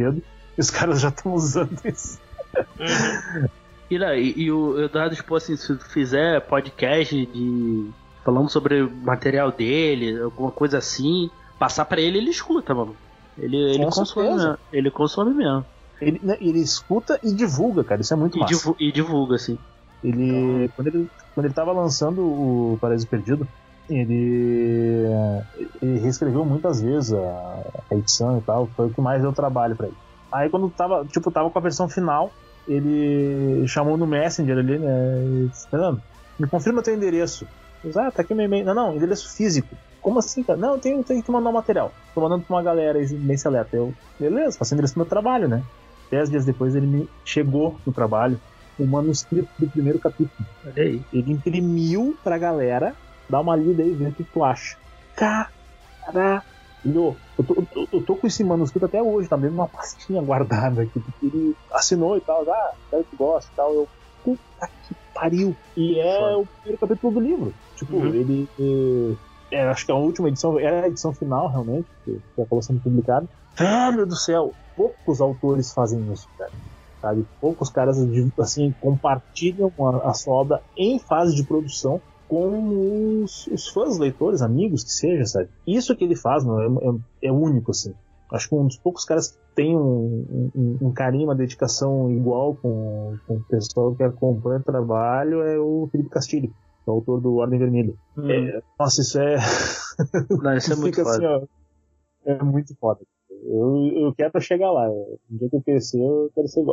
E os caras já estão usando isso. Uhum. E, não, e, e o Eduardo, tipo assim, se fizer podcast de falando sobre o material dele, alguma coisa assim, passar pra ele, ele escuta, mano. Ele, ele, consome, mesmo, ele consome mesmo. Ele, ele escuta e divulga, cara. Isso é muito e massa. Divu, e divulga, assim. Ele, então... quando ele quando ele tava lançando o Paraíso Perdido, ele, ele reescreveu muitas vezes a, a edição e tal. Foi o que mais deu trabalho pra ele. Aí quando tava, tipo, tava com a versão final, ele chamou no Messenger ali, né? E disse, Fernando, me confirma teu endereço. Eu disse, ah, tá aqui meu e-mail. Não, não, endereço físico. Como assim, cara? Não, eu tenho, tenho que mandar o material. Tô mandando pra uma galera aí, bem seleta. Eu, beleza, faço o endereço do meu trabalho, né? Dez dias depois ele me chegou no trabalho o manuscrito do primeiro capítulo. Olha aí. Ele imprimiu pra galera, dá uma lida aí, ver o que tu acha. Caralho! Eu tô, eu, tô, eu tô com esse manuscrito até hoje, tá dentro de uma pastinha guardada aqui, porque ele assinou e tal, ah, espero que goste e tal. Eu, puta que pariu! E é Foi. o primeiro capítulo do livro. Tipo, uhum. ele. É, acho que a última edição, era a edição final, realmente, que acabou sendo publicada. Velho do céu! Poucos autores fazem isso, cara. Sabe? Poucos caras, assim, compartilham a, a sua obra em fase de produção com os, os fãs, leitores, amigos, que seja, sabe? Isso que ele faz, mano, é, é, é único, assim. Acho que um dos poucos caras que tem um, um, um carinho, uma dedicação igual com, com o pessoal que acompanha o trabalho é o Felipe Castilho, que é o autor do Ordem Vermelha. Hum. É, nossa, isso é... Não, isso é muito assim, foda. Ó, é muito foda. Eu, eu quero pra chegar lá. Um dia que eu crescer, eu quero ser igual.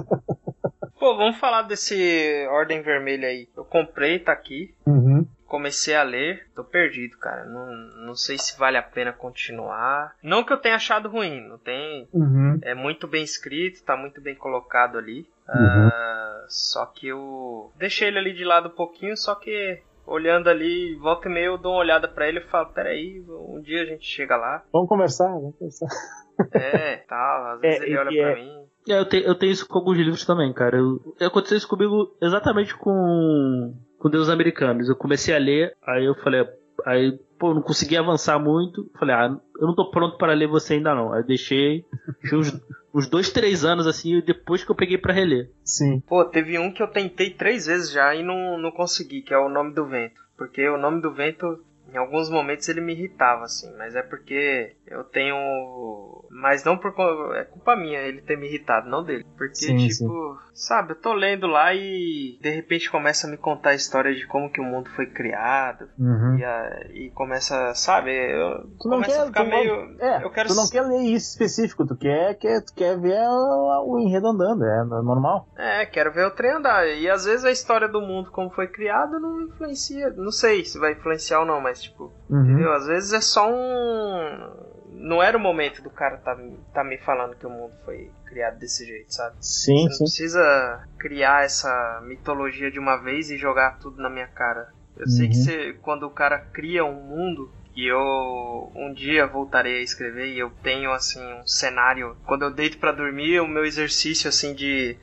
Pô, vamos falar desse Ordem Vermelha aí. Eu comprei, tá aqui. Uhum. Comecei a ler, tô perdido, cara. Não, não sei se vale a pena continuar. Não que eu tenha achado ruim, não tem. Uhum. É muito bem escrito, tá muito bem colocado ali. Uhum. Uh, só que eu deixei ele ali de lado um pouquinho, só que olhando ali, volta e meia eu dou uma olhada pra ele e falo, peraí, um dia a gente chega lá. Vamos conversar, vamos conversar. É, tal, às vezes é, ele olha é, pra mim. É, eu, te, eu tenho isso com alguns livros também, cara. Eu, aconteceu isso comigo exatamente com, com Deus Americanos. Eu comecei a ler, aí eu falei, aí, pô, não consegui avançar muito. Falei, ah, eu não tô pronto para ler você ainda não. Aí deixei, deixei uns, uns dois, três anos assim, depois que eu peguei pra reler. Sim. Pô, teve um que eu tentei três vezes já e não, não consegui, que é O Nome do Vento. Porque O Nome do Vento, em alguns momentos ele me irritava, assim, mas é porque eu tenho... Mas não por... É culpa minha ele ter me irritado, não dele. Porque, sim, tipo, sim. sabe, eu tô lendo lá e de repente começa a me contar a história de como que o mundo foi criado. Uhum. E, a, e começa, sabe, eu tu não começa quer, a ficar tu meio... Não, é, eu quero... tu não quer ler isso específico, tu quer, quer, tu quer ver o, o enredo andando, é normal. É, quero ver o trem andar. E às vezes a história do mundo como foi criado não influencia, não sei se vai influenciar ou não, mas tipo, uhum. entendeu? Às vezes é só um... Não era o momento do cara tá, tá me falando que o mundo foi criado desse jeito, sabe? Sim, Você não sim. precisa criar essa mitologia de uma vez e jogar tudo na minha cara. Eu uhum. sei que você, quando o cara cria um mundo, e eu um dia voltarei a escrever e eu tenho assim um cenário, quando eu deito pra dormir, o meu exercício assim de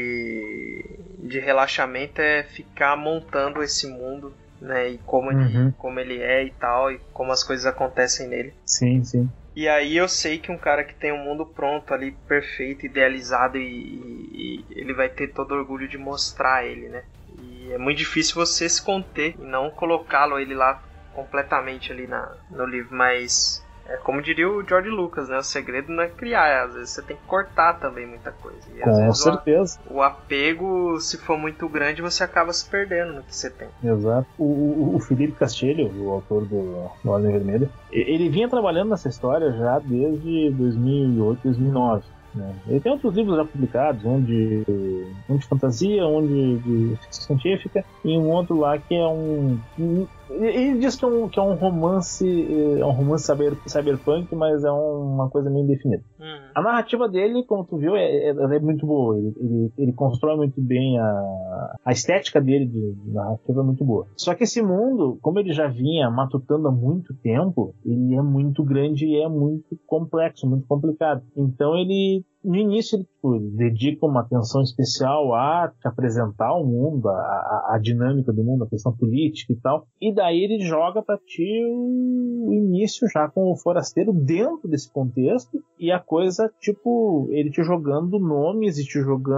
de, de relaxamento é ficar montando esse mundo, né, e como, uhum. ele, como ele é e tal, e como as coisas acontecem nele. Sim, sim. E aí eu sei que um cara que tem um mundo pronto ali, perfeito, idealizado, e, e, e ele vai ter todo orgulho de mostrar ele, né? E é muito difícil você se conter e não colocá-lo ele lá completamente ali na, no livro, mas é como diria o George Lucas, né? O segredo não é criar, às vezes você tem que cortar também muita coisa. E, às Com vezes, certeza. O, o apego, se for muito grande, você acaba se perdendo no que você tem. Exato. O, o, o Felipe Castilho, o autor do, do Ordem Vermelha, ele vinha trabalhando nessa história já desde dois mil e oito, dois mil e nove. Né? Ele tem outros livros já publicados, um de, um de fantasia, um de, de ficção científica e um outro lá que é um... um ele diz que é um, que é um romance é um romance cyber, cyberpunk, mas é uma coisa meio indefinida. Uhum. A narrativa dele, como tu viu, é, é, é muito boa. Ele, ele, ele constrói muito bem a, a estética dele de, de narrativa é muito boa. Só que esse mundo, como ele já vinha matutando há muito tempo, ele é muito grande e é muito complexo, muito complicado. Então ele no início ele tipo, dedica uma atenção especial a te apresentar o mundo, a, a, a dinâmica do mundo, a questão política e tal, e daí ele joga pra ti o início já com o forasteiro dentro desse contexto, e a coisa, tipo, ele te jogando nomes e te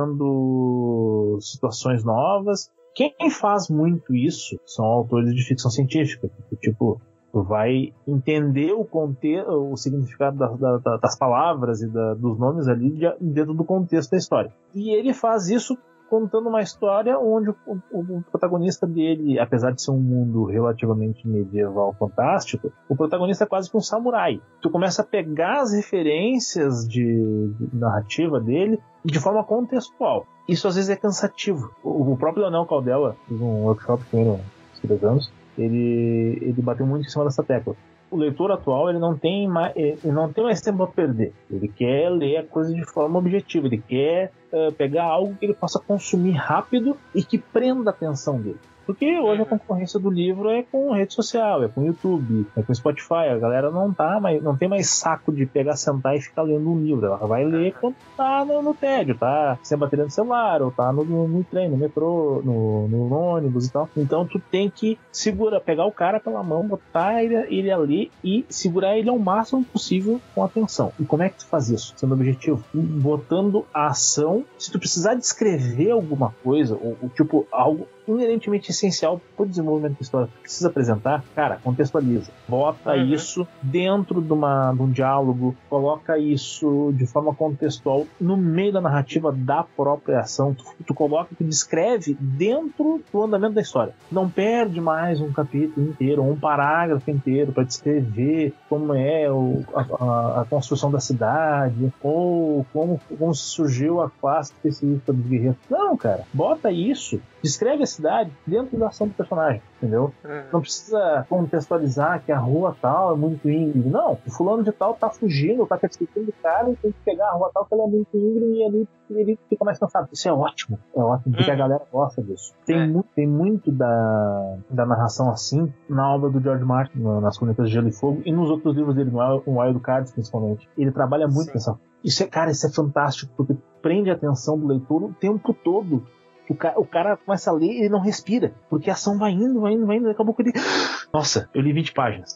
jogando situações novas. Quem faz muito isso são autores de ficção científica, tipo, tu vai entender o contexto, o significado da, da, das palavras e da, dos nomes ali de, dentro do contexto da história. E ele faz isso contando uma história onde o, o, o protagonista dele, apesar de ser um mundo relativamente medieval fantástico, o protagonista é quase que um samurai. Tu começa a pegar as referências de, de narrativa dele de forma contextual. Isso às vezes é cansativo. O, o próprio Leonel Caldela, fiz um workshop com ele há três anos, ele, ele bateu muito em cima dessa tecla. O leitor atual ele não tem mais, ele não tem mais tempo a perder. Ele quer ler a coisa de forma objetiva. Ele quer uh, pegar algo que ele possa consumir rápido e que prenda a atenção dele. Porque hoje a concorrência do livro é com rede social, é com YouTube, é com Spotify. A galera não tá mais, não tem mais saco de pegar, sentar e ficar lendo um livro. Ela vai ler quando tá no, no tédio, tá sem bateria no celular, ou tá no, no, no trem, no metrô, no, no ônibus e tal. Então tu tem que segurar, pegar o cara pela mão, botar ele, ele ali e segurar ele ao máximo possível com atenção. E como é que tu faz isso? Sendo objetivo, botando a ação. Se tu precisar descrever alguma coisa, ou, ou tipo, algo inerentemente essencial para o desenvolvimento da história que precisa apresentar, cara, contextualiza. Bota uhum. isso dentro de, uma, de um diálogo, coloca isso de forma contextual no meio da narrativa da própria ação. Tu, tu coloca, tu descreve dentro do andamento da história. Não perde mais um capítulo inteiro, um parágrafo inteiro para descrever como é o, a, a construção da cidade, ou como, como surgiu a classe específica dos guerreiros. Não, cara, bota isso, descreve a cidade dentro da ação do personagem, entendeu? Uhum. Não precisa contextualizar que a rua tal é muito íngreme. Não, o fulano de tal tá fugindo, tá perseguindo o cara e tem que pegar a rua tal que ela é muito íngreme e ali ele fica mais cansado. Isso é ótimo, é ótimo, porque uhum. a galera gosta disso. Tem, é. muito, tem muito da, da narração assim na obra do George Martin, nas Crônicas de Gelo e Fogo, e nos outros livros dele, no Wild Cards principalmente. Ele trabalha muito Sim. nessa... Isso é, cara, isso é fantástico, porque prende a atenção do leitor o tempo todo. O cara, o cara começa a ler e ele não respira, porque a ação vai indo, vai indo, vai indo, e acabou que ele... Nossa, eu li vinte páginas.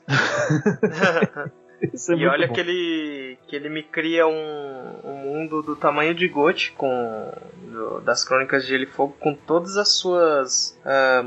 Isso é e muito olha bom. que ele que ele me cria um, um mundo do tamanho de Gote, com do, das Crônicas de Gelo e Fogo, com todas as suas uh,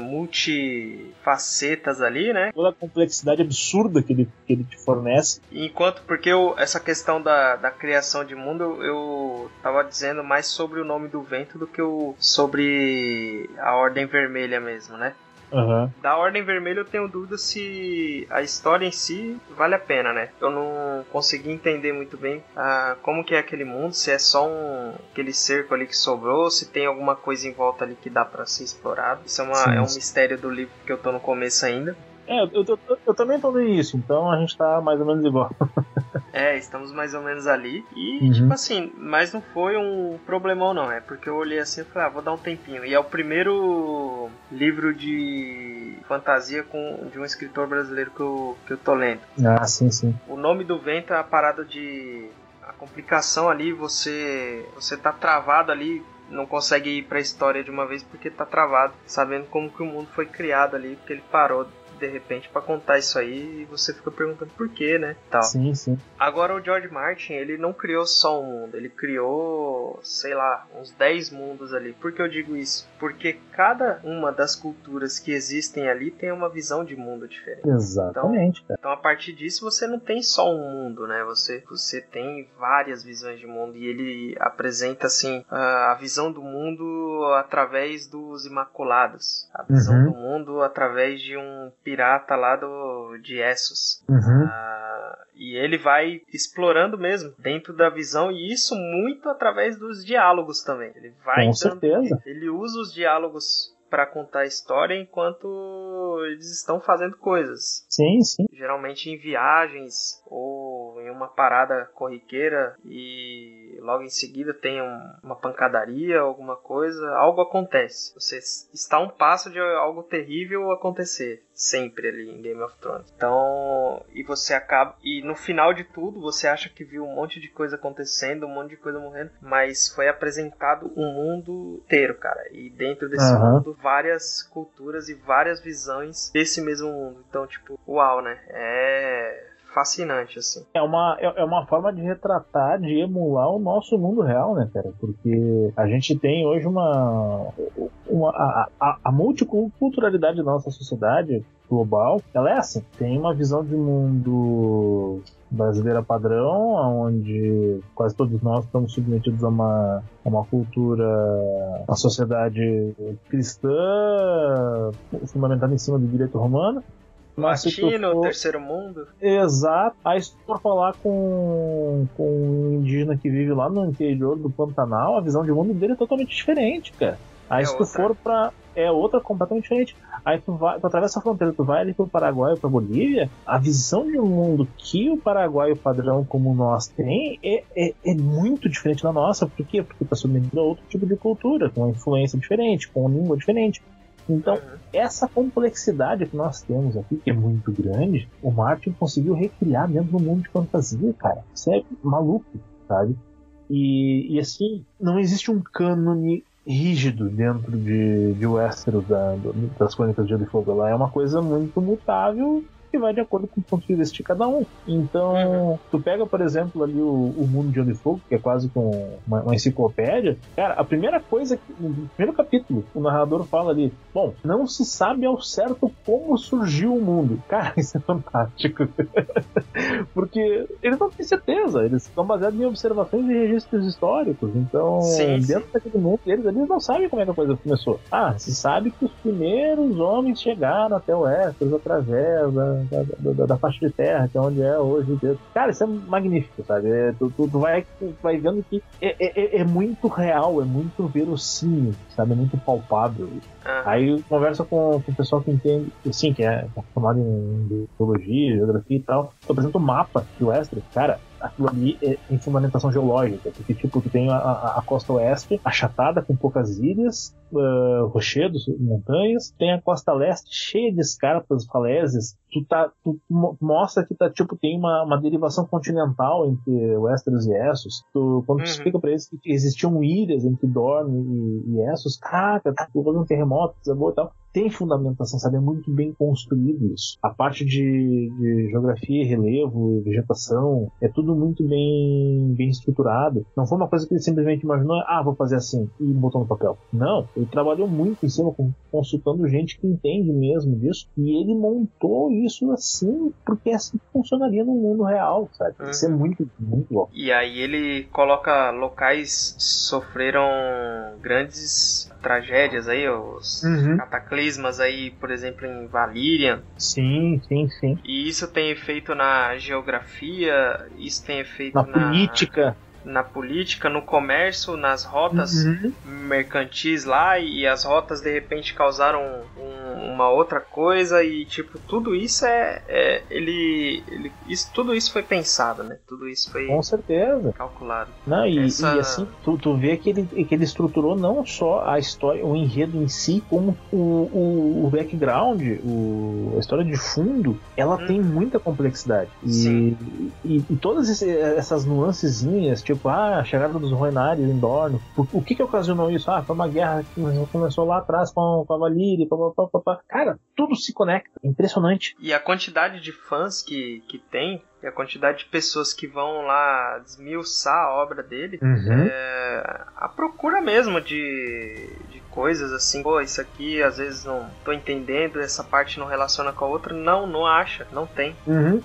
multifacetas ali, né? Toda a complexidade absurda que ele, que ele te fornece. Enquanto, porque eu, essa questão da, da criação de mundo, eu, eu tava dizendo mais sobre o Nome do Vento do que o, sobre a Ordem Vermelha mesmo, né? Uhum. Da Ordem Vermelha eu tenho dúvida se a história em si vale a pena, né? Eu não consegui entender muito bem ah, como que é aquele mundo, se é só um, aquele cerco ali que sobrou, se tem alguma coisa em volta ali que dá pra ser explorado. Isso é, uma, sim, é um sim. mistério do livro que eu tô no começo ainda. É, eu, eu, eu, eu também tô no início, então a gente tá mais ou menos igual. É, estamos mais ou menos ali. E, uhum. tipo assim, mas não foi um problemão não, é porque eu olhei assim e falei, ah, vou dar um tempinho. E é o primeiro livro de fantasia com, de um escritor brasileiro que eu, que eu tô lendo. Ah, sim, sim. O Nome do Vento é a parada de... a complicação ali, você, você tá travado ali, não consegue ir pra história de uma vez porque tá travado, sabendo como que o mundo foi criado ali, porque ele parou de repente pra contar isso aí e você fica perguntando por quê, né? Tal. Sim, sim. Agora o George Martin, ele não criou só um mundo, ele criou, sei lá, uns dez mundos ali. Por que eu digo isso? Porque cada uma das culturas que existem ali tem uma visão de mundo diferente. Exatamente, então, cara. Então a partir disso você não tem só um mundo, né? Você, você tem várias visões de mundo e ele apresenta assim a visão do mundo através dos Imaculados, a visão uhum. do mundo através de um pirata lá do, de Essos. Uhum. Ah, e ele vai explorando mesmo dentro da visão, e isso muito através dos diálogos também. Ele vai Com dando, certeza. Ele usa os diálogos para contar a história enquanto eles estão fazendo coisas. Sim, sim. Geralmente em viagens ou em uma parada corriqueira, e logo em seguida tem um, uma pancadaria, alguma coisa, algo acontece. Você está a um passo de algo terrível acontecer, sempre ali em Game of Thrones. Então, e você acaba, e no final de tudo, você acha que viu um monte de coisa acontecendo, um monte de coisa morrendo, mas foi apresentado um mundo inteiro, cara. E dentro desse uhum. mundo, várias culturas e várias visões desse mesmo mundo. Então, tipo, uau, né? É fascinante, assim. É uma, é uma forma de retratar, de emular o nosso mundo real, né, cara? Porque a gente tem hoje uma... uma a, a, a multiculturalidade da nossa sociedade global, ela é assim. Tem uma visão de mundo brasileira padrão, onde quase todos nós estamos submetidos a uma, a uma cultura, uma sociedade cristã, fundamentada em cima do direito romano. Latino, for... terceiro mundo. Exato. Aí se tu for falar com, com um indígena que vive lá no interior do Pantanal, a visão de mundo dele é totalmente diferente, cara. Aí é se tu outra. for pra... É outra completamente diferente. Aí tu vai, tu atravessa a fronteira, tu vai ali pro Paraguai ou pra Bolívia, a visão de um mundo que o Paraguai, o padrão como nós tem, é, é, é muito diferente da nossa. Por quê? Porque tá submetido a outro tipo de cultura, com uma influência diferente, com uma língua diferente. Então, uhum. essa complexidade que nós temos aqui, que é muito grande, o Martin conseguiu recriar dentro do mundo de fantasia, cara. Isso é maluco, sabe? E, e assim, não existe um cânone rígido dentro de, de Westeros, da, das Crônicas de Gelo e Fogo. Ela é uma coisa muito mutável que vai de acordo com o ponto de vista de cada um. Então, uhum. tu pega, por exemplo, ali o, o Mundo de Gelo e Fogo, que é quase com uma, uma enciclopédia. Cara, a primeira coisa, que, no primeiro capítulo, o narrador fala ali, bom, não se sabe ao certo como surgiu o mundo. Cara, isso é fantástico. Porque eles não têm certeza, eles estão baseados em observações e registros históricos. Então, sim, dentro sim. daquele mundo, eles, eles não sabem como é que a coisa começou. Ah, se sabe que os primeiros homens chegaram até o Westeros através da Da, da, da faixa de terra, que é onde é hoje. Cara, isso é magnífico, sabe? É, tu, tu, tu, vai, tu vai vendo que é, é, é muito real, é muito verossímil, sabe? É muito palpável. Ah. Aí conversa com, com o pessoal que entende, assim, que é formado em biologia, geografia e tal. Tu apresenta um mapa de Westeros, cara. Aquilo ali é em fundamentação geológica, porque tipo, tu tem a, a, a costa oeste achatada com poucas ilhas, uh, rochedos, montanhas, tem a costa leste cheia de escarpas, falésias, tu, tá, tu mostra que tá, tipo, tem uma, uma derivação continental entre Westeros e Essos. Tu, quando tu uhum. explica pra eles que existiam ilhas entre Dorne e, e Essos, cara, tá fazendo um terremoto, desabou e tal. Tem fundamentação, sabe? É muito bem construído isso. A parte de, de geografia, relevo, vegetação, é tudo muito bem, bem estruturado. Não foi uma coisa que ele simplesmente imaginou, ah, vou fazer assim, e botou no papel. Não, ele trabalhou muito em cima, consultando gente que entende mesmo disso, e ele montou isso assim, porque é assim que funcionaria no mundo real, sabe? Uhum. Isso é muito, muito louco. E aí ele coloca locais que sofreram grandes tragédias aí, os uhum. cataclismas aí, por exemplo, em Valyrian. Sim, sim, sim. E isso tem efeito na geografia, isso tem efeito na, na política. Na política, no comércio, nas rotas uhum. mercantis lá, e as rotas de repente causaram um, uma outra coisa, e tipo, tudo isso é, é ele, ele isso, tudo isso foi pensado, né? Tudo isso foi com certeza calculado. Não, e, Essa... e assim, tu, tu vê que ele, que ele estruturou não só a história, o enredo em si, como o, o, o background, o, a história de fundo, ela hum. tem muita complexidade. E, e, e todas essas nuancezinhas, tipo, ah, a chegada dos Rhoynares em Dorne. O, o que que ocasionou isso? Ah, foi uma guerra que começou lá atrás com, com a Valyria, pá, pá, pá, pá. Cara, tudo se conecta. É impressionante. E a quantidade de fãs que, que tem, e a quantidade de pessoas que vão lá desmiuçar a obra dele, uhum. é a procura mesmo de, de coisas assim, pô, isso aqui às vezes não tô entendendo, essa parte não relaciona com a outra. Não, não acha, não tem. Uhum.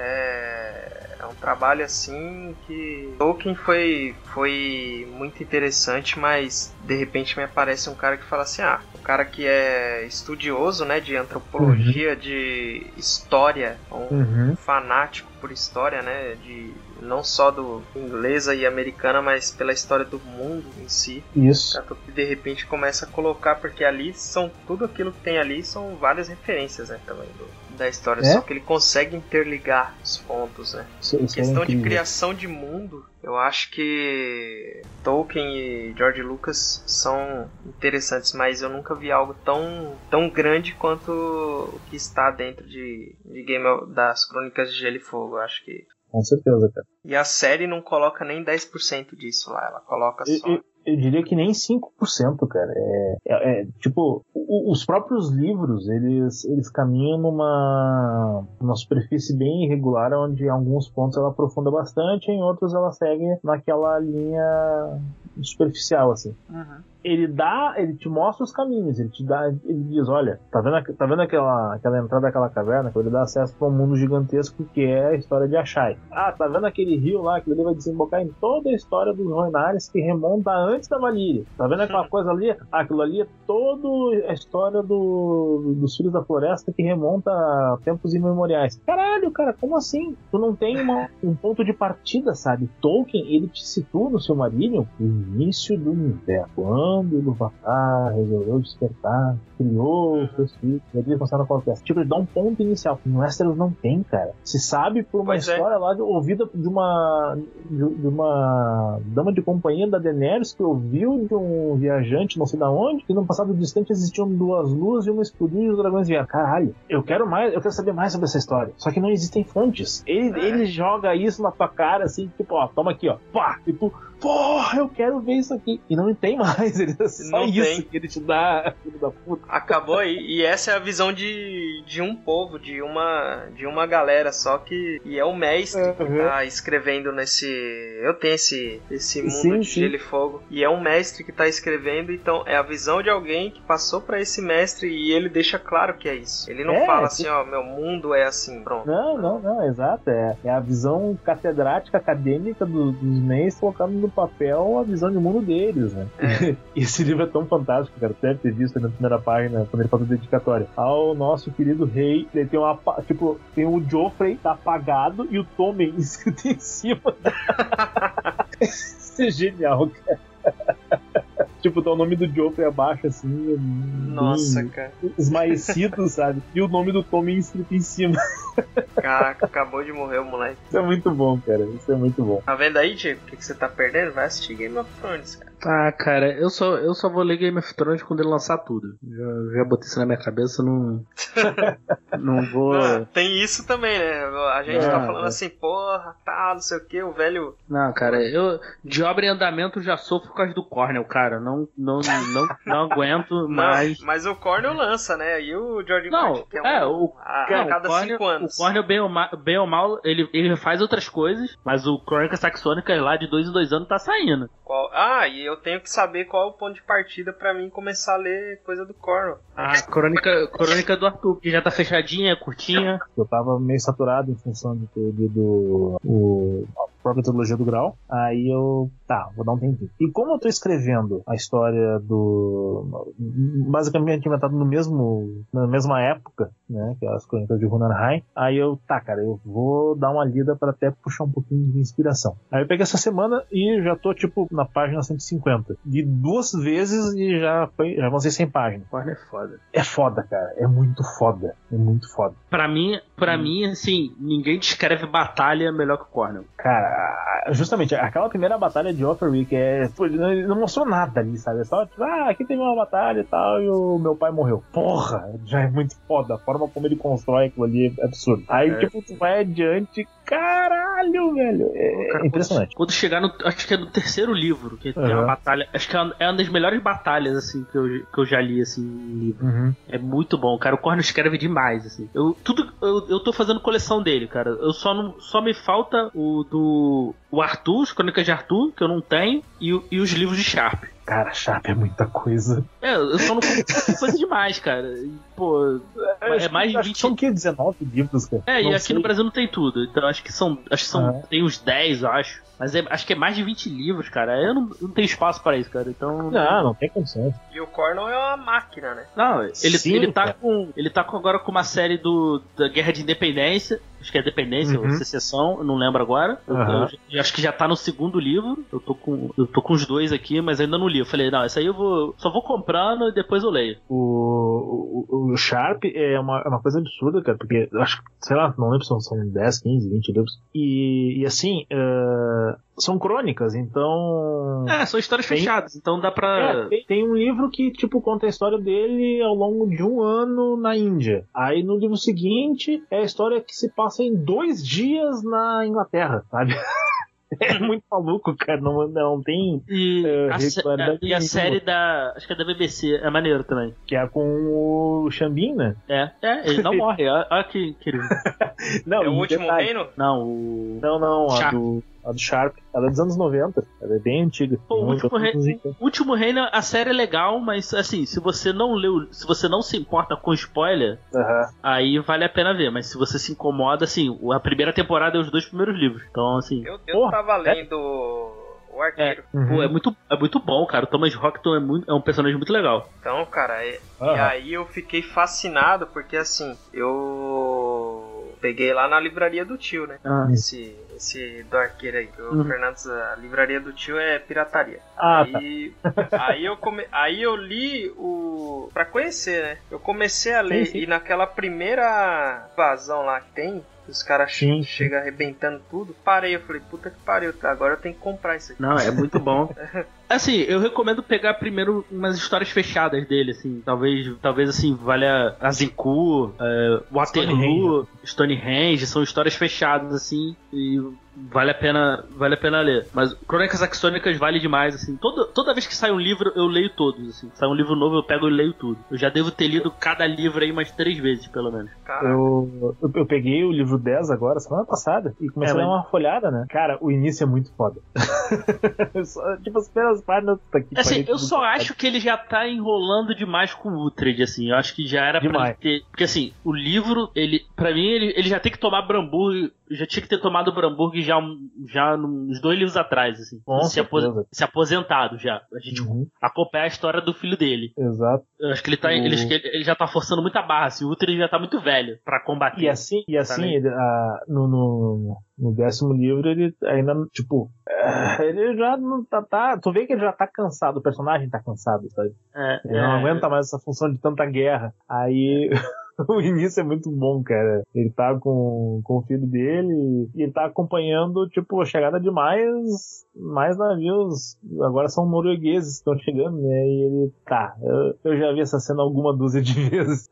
É... É um trabalho assim que Tolkien foi, foi muito interessante, mas de repente me aparece um cara que fala assim, ah, um cara que é estudioso, né, de antropologia, uhum. de história, um uhum. fanático por história, né, de não só do inglesa e americana, mas pela história do mundo em si. Isso. Que de repente começa a colocar, porque ali são tudo aquilo que tem ali são várias referências, né, também do da história, É? só que ele consegue interligar os pontos, né? Isso, Em isso é questão de incrível. criação de mundo, eu acho que Tolkien e George Lucas são interessantes, mas eu nunca vi algo tão, tão grande quanto o que está dentro de, de Game of, das Crônicas de Gelo e Fogo. Eu acho que. Com certeza, cara. E a série não coloca nem dez por cento disso lá, ela coloca Eu, só. eu, eu diria que nem cinco por cento, cara. É, é, é, tipo, o, os próprios livros, eles, eles caminham numa, numa superfície bem irregular, onde em alguns pontos ela aprofunda bastante, em outros ela segue naquela linha superficial, assim. Uhum. Ele dá, ele te mostra os caminhos, ele te dá, ele diz, olha, tá vendo, tá vendo aquela, aquela entrada daquela caverna? Ele dá acesso para um mundo gigantesco que é a história de Ashai. Ah, tá vendo aquele rio lá que ele vai desembocar em toda a história dos Rhoynares que remonta antes da Valíria. Tá vendo aquela coisa ali? Ah, aquilo ali é toda a história do, dos Filhos da Floresta que remonta a tempos imemoriais. Caralho, cara, como assim? Tu não tem uma, um ponto de partida, sabe? Tolkien, ele te situa no Silmarillion o início do universo. Quando o Ilúvatar resolveu despertar, criou os seus filhos, e eles começaram a qualquer. Tipo, ele dá um ponto inicial. No Westeros não tem, cara. Se sabe por uma Pois é. história lá de, ouvida de uma de, de uma dama de companhia da Daenerys que ouviu de um viajante não sei da onde, que no passado distante existiam duas luas e uma explodiu e os dragões vieram. Caralho, eu quero mais, eu quero saber mais sobre essa história. Só que não existem fontes. Ele, É. ele joga isso na tua cara assim, tipo, ó, toma aqui, ó. Pá! E tu, porra, eu quero ver isso aqui. E não tem mais, ele é só Não isso tem. que ele te dá, filho da puta. Acabou aí. E essa é a visão de, de um povo, de uma, de uma galera só que. E é o mestre que Uhum. tá escrevendo nesse. Eu tenho esse, esse mundo Sim, de sim. Gelo e Fogo. E é um mestre que tá escrevendo, então é a visão de alguém que passou pra esse mestre e ele deixa claro que é isso. Ele não É, fala que- assim, ó, meu mundo é assim, pronto. Não, não, não, exato. É, é a visão catedrática, acadêmica do- dos mestres colocando no papel a visão de mundo deles, né? É. E esse livro é tão fantástico, cara. Deve ter visto na primeira página, quando ele faz a dedicatória. Ao nosso querido rei, ele tem uma. pa- Tipo, tem o Joffrey tá apagado e o Tommen escrito em cima. Isso é genial, cara. Tipo, tá o nome do Joffrey abaixo, assim. Nossa, bem cara. esmaecido, sabe? E o nome do Tommen escrito em cima. Caraca, acabou de morrer o moleque. Isso é muito bom, cara. Isso é muito bom. Tá vendo aí, Diego? O que, que você tá perdendo? Vai assistir Game of Thrones, cara. Ah, cara, eu só, eu só vou ler Game of Thrones quando ele lançar tudo. Já, já botei isso na minha cabeça, não. Não vou. Ah, tem isso também, né? A gente Ah, tá falando é. assim, porra, tá, não sei o que, o velho. Não, cara, eu de obra em andamento já sofro por causa do Cornel, cara. Não, não, não, não aguento mais. Não, mas o Cornel lança, né? E o George Não, Martin, que é, um, é, o- a, Cara, a cada o Cornel, cinco anos. O Cornel, bem ou, ma, bem ou mal, ele, ele faz outras coisas, mas o Crônicas Saxônicas lá de dois em dois anos tá saindo. Qual- Ah, e eu tenho que saber qual é o ponto de partida pra mim começar a ler coisa do Cornel. A crônica, crônica do Arthur, que já tá fechadinha, curtinha. Eu tava meio saturado em função de ter lido o, a própria trilogia do Grau. Aí eu, tá, vou dar um tempinho. E como eu tô escrevendo a história do... basicamente inventado no mesmo, na mesma época, né, que é as crônicas de Runarheim, aí eu, tá, cara, eu vou dar uma lida pra até puxar um pouquinho de inspiração. Aí eu peguei essa semana e já tô, tipo, na página cento e cinquenta. Li duas vezes e já foi, já avancei cem páginas. Cornel é foda. É foda, cara. É muito foda. É muito foda. Pra mim, pra Hum. mim, assim, ninguém descreve batalha melhor que o Cornel. Cara, justamente, aquela primeira batalha de Offerwick é. Pô, ele não- ele não mostrou nada ali, sabe? É só, tipo, ah, aqui teve uma batalha e tal, e o meu pai morreu. Porra, já é muito foda. A forma como ele constrói aquilo ali é absurdo. Aí, É. tipo, tu vai adiante, caralho, velho. É, Cara, impressionante. Quando, quando chegar no. Acho que é no terceiro livro, que tem Uhum. uma batalha. Acho que é uma, é uma das melhores batalhas, assim, que eu, que eu já li, assim, em livro. Uhum. É muito bom, cara. O Cornel escreve demais, assim. Eu, tudo, eu, eu tô fazendo coleção dele, cara. Eu só não, só me falta o do o Arthur, as Crônicas de Arthur, que eu não tenho, e, o- e os livros de Sharp. Cara, Sharp é muita coisa. É, eu só não consigo coisa demais, cara. E, pô, é mais de Acho que vinte. São o quê? dezenove livros, cara? É, e Não aqui sei. no Brasil não tem tudo. Então acho que são. Acho que são. Aham. Tem uns dez, eu acho. Mas é- acho que é mais de vinte livros, cara. Eu não, eu não tenho espaço pra isso, cara. Então. Não, não tem condições. E o Cornel é uma máquina, né? Não, ele, Sim, ele tá cara. com. Ele tá com agora com uma série do da Guerra de Independência. Acho que é Dependência Uhum. ou Secessão, eu não lembro agora. Eu, Aham. eu- eu acho que já tá no segundo livro. Eu tô com. Eu tô com os dois aqui, mas ainda não li. Eu falei, não, isso aí eu vou. Só vou comprando e depois eu leio. O, o, o, o Sharp é uma, é uma coisa absurda, cara, porque eu acho que, sei lá, não lembro se são, são dez, quinze, vinte livros. E, e assim, uh, são crônicas, então... É, são histórias tem, fechadas, então dá pra... É, tem, tem um livro que, tipo, conta a história dele ao longo de um ano na Índia. Aí no livro seguinte é a história que se passa em dois dias na Inglaterra, sabe? É muito maluco, cara. Não, não tem. E, uh, a, a, e a série da. Acho que é da B B C, é maneiro também. Que é com o Xambin, né? É, é, ele não morre. Olha que querido. Não, é o Último detalhe. Reino? Não, o. Não, não, a do. A do Sharp, ela é dos anos noventa, ela é bem antiga. Pô, o Último, Reino, Último Reino, a série é legal, mas assim, se você não leu, se você não se importa com spoiler, uhum. aí vale a pena ver. Mas se você se incomoda, assim, a primeira temporada é os dois primeiros livros. Então, assim. Eu, eu porra, tava lendo é... o Arqueiro. É, uhum. Pô, é muito, é muito bom, cara. O Thomas Hockton é, muito, é um personagem muito legal. Então, cara, é, uhum. e aí eu fiquei fascinado, porque assim, eu peguei lá na livraria do tio, né? Ah. Esse, esse do Arqueiro aí. O uhum. Fernandes, a livraria do tio é pirataria. Ah, aí, tá. aí, eu come, aí eu li o... pra conhecer, né? Eu comecei a ler sim, sim. E naquela primeira invasão lá que tem, os caras che chegam arrebentando tudo. Parei, eu falei, puta que pariu, agora eu tenho que comprar isso aqui. Não, é muito bom. Assim, eu recomendo pegar primeiro umas histórias fechadas dele, assim. Talvez, talvez assim, valha Azincourt, uh, Waterloo, Stonehenge, são histórias fechadas, assim, e vale a pena, vale a pena ler. Mas Crônicas Axônicas vale demais, assim. Toda, toda vez que sai um livro, eu leio todos, assim. Sai um livro novo, eu pego e leio tudo. Eu já devo ter lido cada livro aí umas três vezes, pelo menos. Eu, eu, eu peguei o livro dez agora, semana passada, e comecei é, a dar uma folhada, né? Cara, o início é muito foda. Só, tipo, as primeiras páginas... Tá aqui, assim, eu só acho foda. Que ele já tá enrolando demais com o Uhtred, assim. Eu acho que já era demais. Pra ele ter... Porque, assim, o livro, ele... Pra mim, ele, ele já tem que tomar Bramburg... Já tinha que ter tomado Bramburg já, já uns dois livros atrás, assim. Se, apos, se aposentado já. A gente uhum. acompanhar a história do filho dele. Exato. Eu acho que ele, tá, uhum. ele, ele já tá forçando muita barra, assim. O Uhtred já tá muito velho pra combater. E assim, e assim ele, a, no, no, no décimo livro, ele ainda, tipo... Ele já não tá, tá... Tu vê que ele já tá cansado, o personagem tá cansado, sabe? É, ele é, não aguenta mais essa função de tanta guerra. Aí... O início é muito bom, cara. Ele tá com, com o filho dele e ele tá acompanhando, tipo, a chegada de mais, mais navios. Agora são noruegueses que estão chegando, né? E ele, tá, eu, eu já vi essa cena alguma dúzia de vezes.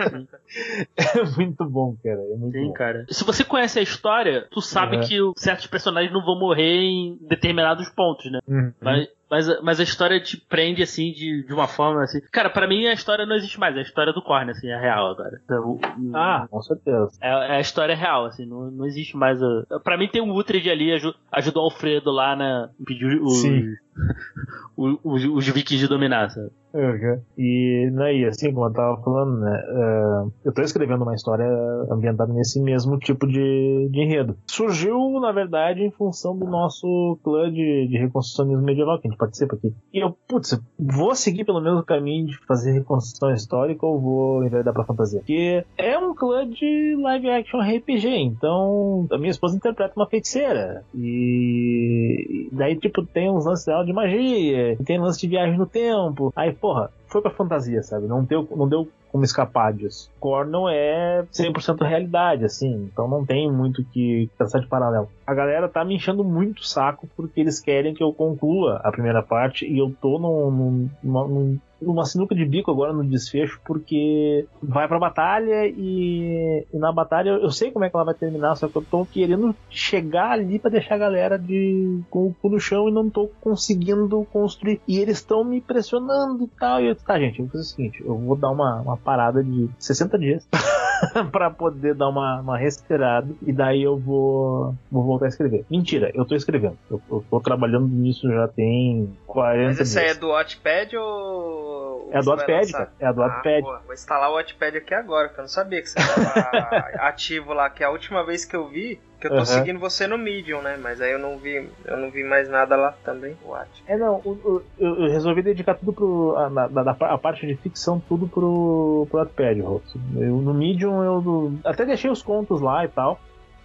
É muito bom, cara. É muito Sim, bom. Cara. Se você conhece a história, tu sabe uhum. que certos personagens não vão morrer em determinados pontos, né? Uhum. Mas... Mas, mas a história te prende, assim, de, de uma forma, assim... Cara, pra mim a história não existe mais. É a história do Korn, assim, é real agora. Então, ah, com certeza. É, é a história real, assim, não, não existe mais... A... Pra mim tem um Uhtred ali, aj ajudou o Alfredo lá na... Impediu os, os, os, os vikings de dominar, sabe? Uhum. E, né, e assim, como eu tava falando, né, uh, eu tô escrevendo uma história ambientada nesse mesmo tipo de, de enredo. Surgiu, na verdade, em função do nosso clã de, de reconstrucionismo medieval que a gente participa aqui. E eu, putz, vou seguir pelo mesmo caminho de fazer reconstrução histórica ou vou enveredar pra fantasia? Porque é um clã de live action R P G, então a minha esposa interpreta uma feiticeira. E daí, tipo, tem uns lances dela de magia, tem lance de viagem no tempo. Aí, porra, foi pra fantasia, sabe? Não deu, não deu como escapar disso. Core não é cem por cento realidade, assim, então não tem muito que traçar de paralelo. A galera tá me enchendo muito o saco porque eles querem que eu conclua a primeira parte e eu tô num, num, num, numa sinuca de bico agora no desfecho, porque vai pra batalha e, e na batalha eu sei como é que ela vai terminar, só que eu tô querendo chegar ali pra deixar a galera de, com o cu no chão e não tô conseguindo construir. E eles estão me pressionando e tal. E eu, tá, gente, eu vou fazer o seguinte, eu vou dar uma, uma parada de sessenta dias pra poder dar uma, uma respirada e daí eu vou, vou voltar a escrever. Mentira, eu tô escrevendo. Eu, eu tô trabalhando nisso já tem quarenta dias. Mas esse aí é do Wattpad ou... É a do Wattpad, cara. É a do Wattpad. Ah, vou instalar o Wattpad aqui agora, que eu não sabia que você tava ativo lá, que é a última vez que eu vi, que eu tô uhum. seguindo você no Medium, né? Mas aí eu não vi, eu não vi mais nada lá também. What? É, não, o, o, eu resolvi dedicar tudo pro. A, a, a, a parte de ficção, tudo pro, pro Wattpad, eu, no Medium eu até deixei os contos lá e tal.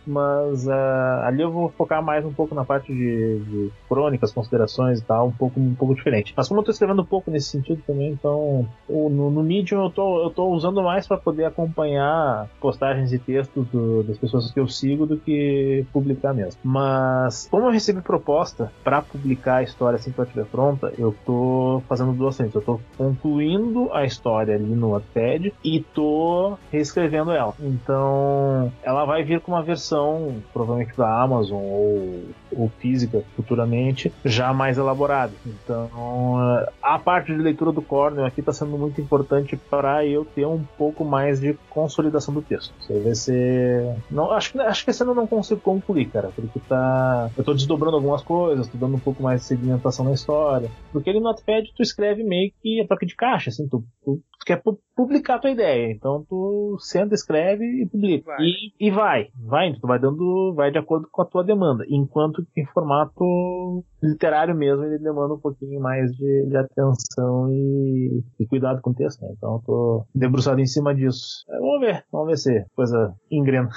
mas uh, ali eu vou focar mais um pouco na parte de, de crônicas, considerações e tal, um pouco, um pouco diferente. Mas como eu tô escrevendo um pouco nesse sentido também, então o, no, no Medium eu tô, eu tô usando mais para poder acompanhar postagens e textos do, das pessoas que eu sigo do que publicar mesmo. Mas como eu recebi proposta para publicar a história assim que ela estiver pronta, eu tô fazendo duas frentes. Eu tô concluindo a história ali no Wattpad e tô reescrevendo ela. Então ela vai vir com uma versão provavelmente da Amazon ou, ou física futuramente, já mais elaborada. Então a parte de leitura do Cornell aqui está sendo muito importante para eu ter um pouco mais de consolidação do texto. Isso aí vai ser... Não, acho, que, acho que esse ano eu não consigo concluir, cara, porque tá... eu tô desdobrando algumas coisas, tô dando um pouco mais de segmentação na história, porque ali no Wattpad tu escreve meio que a toque de caixa, assim, tu, tu, tu quer pu- publicar a tua ideia, então tu senta, escreve e publica. Vai. E, e vai, vai, tu vai dando, vai de acordo com a tua demanda, enquanto que em formato literário mesmo ele demanda um pouquinho mais de, de atenção e, e cuidado com o texto, né? Então eu tô debruçado em cima disso. É, vamos ver, vamos ver se coisa engrena.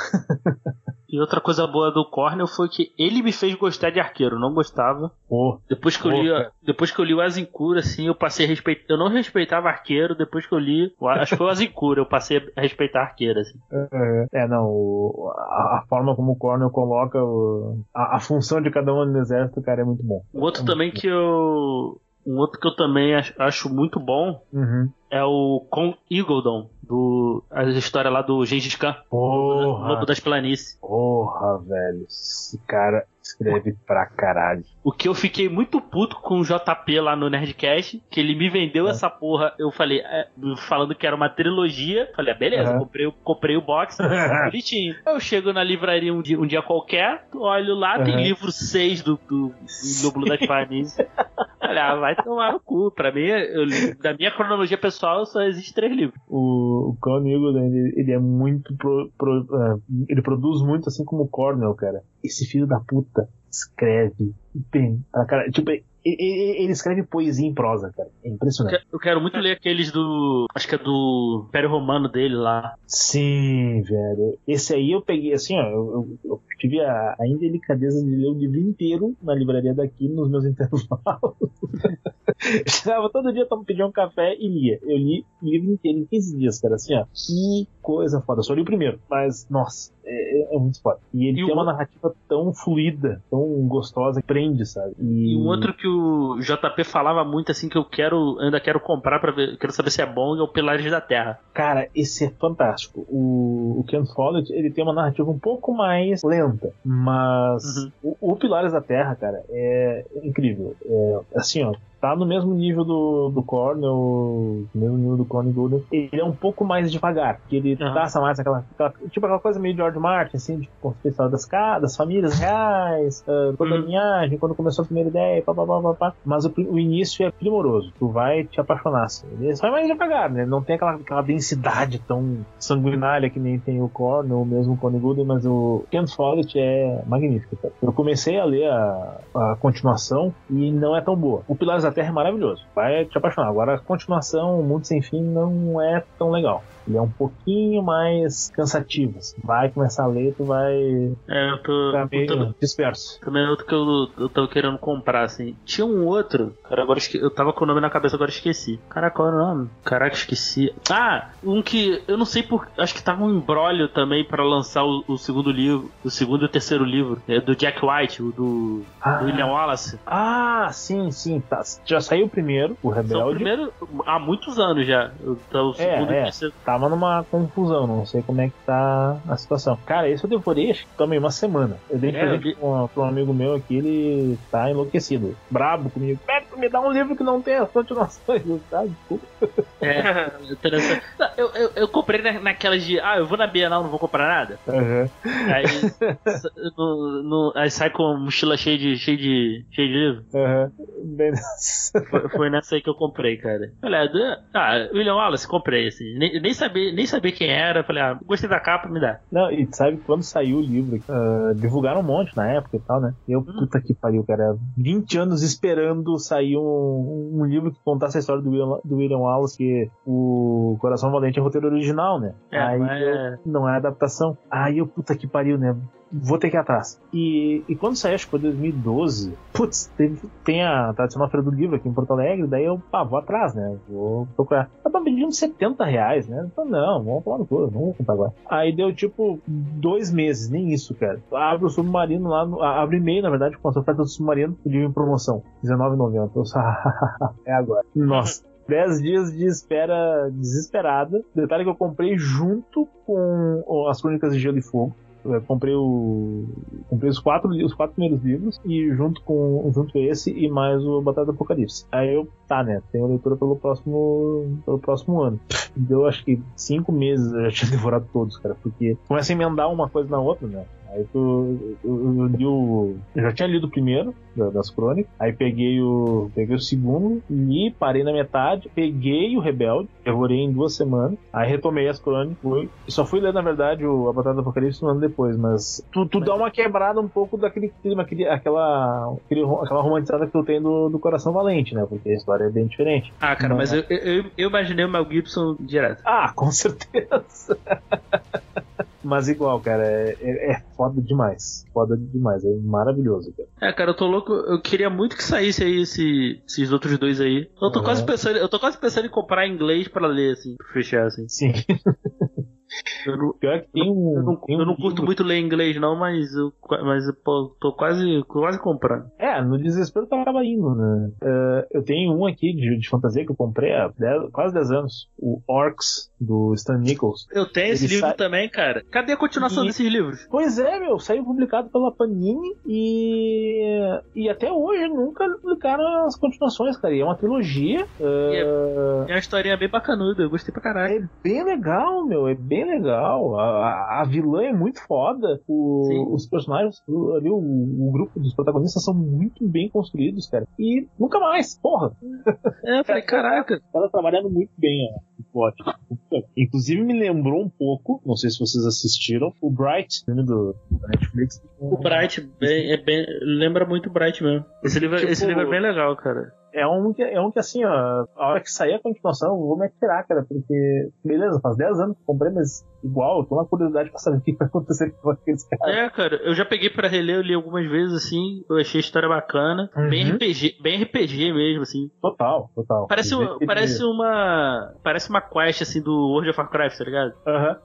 E outra coisa boa do Cornell foi que ele me fez gostar de Arqueiro, não gostava. Oh, Depois que eu oh, li, cara. depois que eu li o Azincourt, assim, eu passei a respeitar. Eu não respeitava Arqueiro, depois que eu li, acho que foi o Azincourt, eu passei a respeitar Arqueiro, assim. É, não, o, a, a forma como o Cornell coloca o, a, a função de cada um no exército, cara, é muito bom. Um outro é também que eu. Um outro que eu também acho, acho muito bom Uhum. é o Con Eagledon, do, a história lá do Gengis Khan, Porra. Lobo das Planícies. Porra, velho, esse cara escreve pra caralho. O que eu fiquei muito puto com o J P lá no Nerdcast, que ele me vendeu É. essa porra, eu falei, é, falando que era uma trilogia, falei, ah, beleza, Uhum. comprei, o- comprei o box, bonitinho. Eu chego na livraria um dia, um dia qualquer, olho lá, Uhum. tem livro seis do, do, do Lobo das Planícies. Olha, ah, vai tomar no cu. Pra mim, eu, da minha cronologia pessoal, só existe três livros. O, o Con Eagledon, ele, ele é muito pro, pro, uh, ele produz muito assim como o Cornell, cara. Esse filho da puta escreve bem pra caralho. Tipo, ele, ele escreve poesia em prosa, cara. É impressionante. Eu quero muito ler aqueles do... Acho que é do Império Romano dele lá. Sim, velho. Esse aí eu peguei, assim, ó, eu, eu, eu tive a, a indelicadeza de ler o livro inteiro na livraria daqui nos meus intervalos. Eu chegava todo dia, eu pedia um café e lia. Eu li o livro inteiro em quinze dias, cara, assim, ó. Que coisa foda. Eu só li o primeiro, mas, nossa, é, é muito foda. E ele E tem o uma outro- narrativa tão fluida, tão gostosa, que prende, sabe? E, E um outro que o J P falava muito, assim, que eu quero, ainda quero comprar pra ver, quero saber se é bom, é o Pilares da Terra. cara, esse é fantástico. O, o Ken Follett, ele tem uma narrativa um pouco mais lenta, mas Uhum. o, o Pilares da Terra, cara, é incrível. É, assim, ó, tá no mesmo nível do, do Cornell, no mesmo nível do Cornell Golden. Ele é um pouco mais devagar, porque ele Uhum. traça mais aquela, aquela, tipo aquela coisa meio George Martin, assim, de construir história das, ca- das famílias reais, uh, toda a Uhum. linhagem, quando começou a primeira ideia, pá, pá, pá, pá, pá. Mas o, o início é primoroso, tu vai te apaixonar, assim. Ele vai mais devagar, né? Não tem aquela, aquela densidade tão sanguinária que nem tem o Cornell, ou mesmo o Cornell Golden, mas o Ken Follett é magnífico, cara. Eu comecei a ler a, a continuação e não é tão boa. O Pilares da Terra é maravilhoso, vai te apaixonar. Agora a continuação, O Mundo Sem Fim, não é tão legal. Ele é um pouquinho mais cansativo. Assim. Vai começar a ler, tu vai É, eu tô... ficar meio eu tô- disperso. Também é outro que eu, eu tava querendo comprar, assim. Tinha um outro, cara, agora esque... eu tava com o nome na cabeça, agora esqueci. Caraca, qual era o nome? Caraca, esqueci. Ah, um que eu não sei por. Acho que tava um embrólio também pra lançar o, o segundo livro, o segundo e o terceiro livro. É do Jack White, o do, Ah. do William Wallace. Ah, sim, sim. Tá. Já saiu o primeiro, o São o Rebelde. primeiro há muitos anos já. Então, o segundo É, e é. o terceiro. Tava numa confusão, não sei como é que tá a situação. Cara, esse eu devorei, acho que também uma semana. Eu dei de É, presente eu vi- pra um, pra um amigo meu aqui, ele tá enlouquecido, brabo comigo. Beto, me dá um livro que não tem as continuações. Eu, tá, desculpa. É, interessante. Não, Eu, eu, eu comprei na, naquelas de, ah, eu vou na Bienal, não vou comprar nada. Uhum. Aí, no, no- aí sai com mochila cheia de, cheia de, cheia de livro. Uhum. Bem nessa. Foi, foi nessa aí que eu comprei, cara. Falei, ah, William Wallace, comprei, assim. Nem, nem, sabia, nem sabia quem era. Falei, ah, gostei da capa, me dá. Não, e sabe, quando saiu o livro, uh, divulgaram um monte na época e tal, né? Eu, puta que pariu, cara. vinte anos esperando sair um, um livro que contasse a história do William, do William Wallace, que o Coração Valente é roteiro original, né? É, Aí não é- eu- não é adaptação. Aí eu, puta que pariu, né? vou ter que ir atrás. E, e quando saiu, acho que foi dois mil e doze, putz, teve, tem a tradicional Feira do Livro aqui em Porto Alegre, daí eu, pá, vou atrás, né? Vou procurar. Eu tava pedindo setenta reais, né? Então, não, vamos falar no todo, não vou comprar agora. Aí deu, tipo, dois meses, nem isso, cara. Abre o Submarino lá, no, abre e-mail, na verdade, com a oferta do Submarino, pediu em promoção, dezenove reais e noventa centavos. É agora. Nossa. dez dias de espera desesperada. Detalhe que eu comprei junto com as Crônicas de Gelo e Fogo. Eu comprei o comprei os quatro os quatro primeiros livros e junto com junto esse e mais o Batalha do Apocalipse. Aí eu tá, né, tenho leitura pelo próximo pelo próximo ano. Deu acho que cinco meses eu já tinha devorado todos, cara, porque começa a emendar uma coisa na outra, né? Aí tu, eu, eu, li o, eu já tinha lido o primeiro das crônicas, aí peguei o, peguei o segundo, li, parei na metade, peguei o Rebelde, devorei em duas semanas, aí retomei as crônicas, fui, e só fui ler, na verdade, o, a Batalha do Apocalipse um ano depois, mas tu, tu dá uma quebrada um pouco daquele clima, aquele, aquela, aquele, aquela romantizada que tu tem do, do Coração Valente, né, porque a história é bem diferente. Ah, cara, mas, mas eu, eu, eu imaginei o Mel Gibson direto. Ah, com certeza! Mas igual, cara, é, é, é foda demais. Foda demais, é maravilhoso, cara. É, cara, eu tô louco, eu queria muito que saísse aí esse, esses outros dois aí. Eu tô, uhum. quase pensando, eu tô quase pensando em comprar em inglês pra ler, assim, pra fechar, assim. Sim. Eu não, Pior que tem um, eu não, tem um eu não curto livro. muito ler inglês não, mas eu, mas eu pô, tô quase, quase comprando. É, no desespero tu acaba indo, né? Uh, eu tenho um aqui de, de fantasia que eu comprei há dez, quase dez anos. O Orcs, do Stan Nichols. Eu tenho esse Ele livro sa... também, cara. Cadê a continuação e... desses livros? Pois é, meu. Saiu publicado pela Panini e... E até hoje nunca publicaram as continuações, cara. E é uma trilogia. Uh... E é... é uma historinha bem bacanuda. Eu gostei pra caralho. É bem legal, meu. É bem legal. A, a, a vilã é muito foda. O, os personagens, ali, o, o grupo dos protagonistas são muito bem construídos, cara. E nunca mais, porra. É, eu falei, caraca. Ela trabalhando muito bem, ó, o plot. Inclusive me lembrou um pouco, não sei se vocês assistiram, o Bright, filme do da Netflix. O Bright bem, é bem, lembra muito o Bright mesmo. Esse livro, tipo, esse livro é bem legal, cara. É um, que, é um que assim, ó, a hora que sair a continuação, eu vou me atirar, cara, porque, beleza, faz dez anos que eu comprei, mas igual, eu tô na curiosidade pra saber o que vai acontecer com aqueles caras. É, cara, eu já peguei pra reler, eu li algumas vezes, assim, eu achei a história bacana, uhum. bem R P G, bem R P G mesmo, assim. Total, total. Parece, um, parece uma, parece uma quest, assim, do World of Warcraft, tá ligado? Aham. Uhum.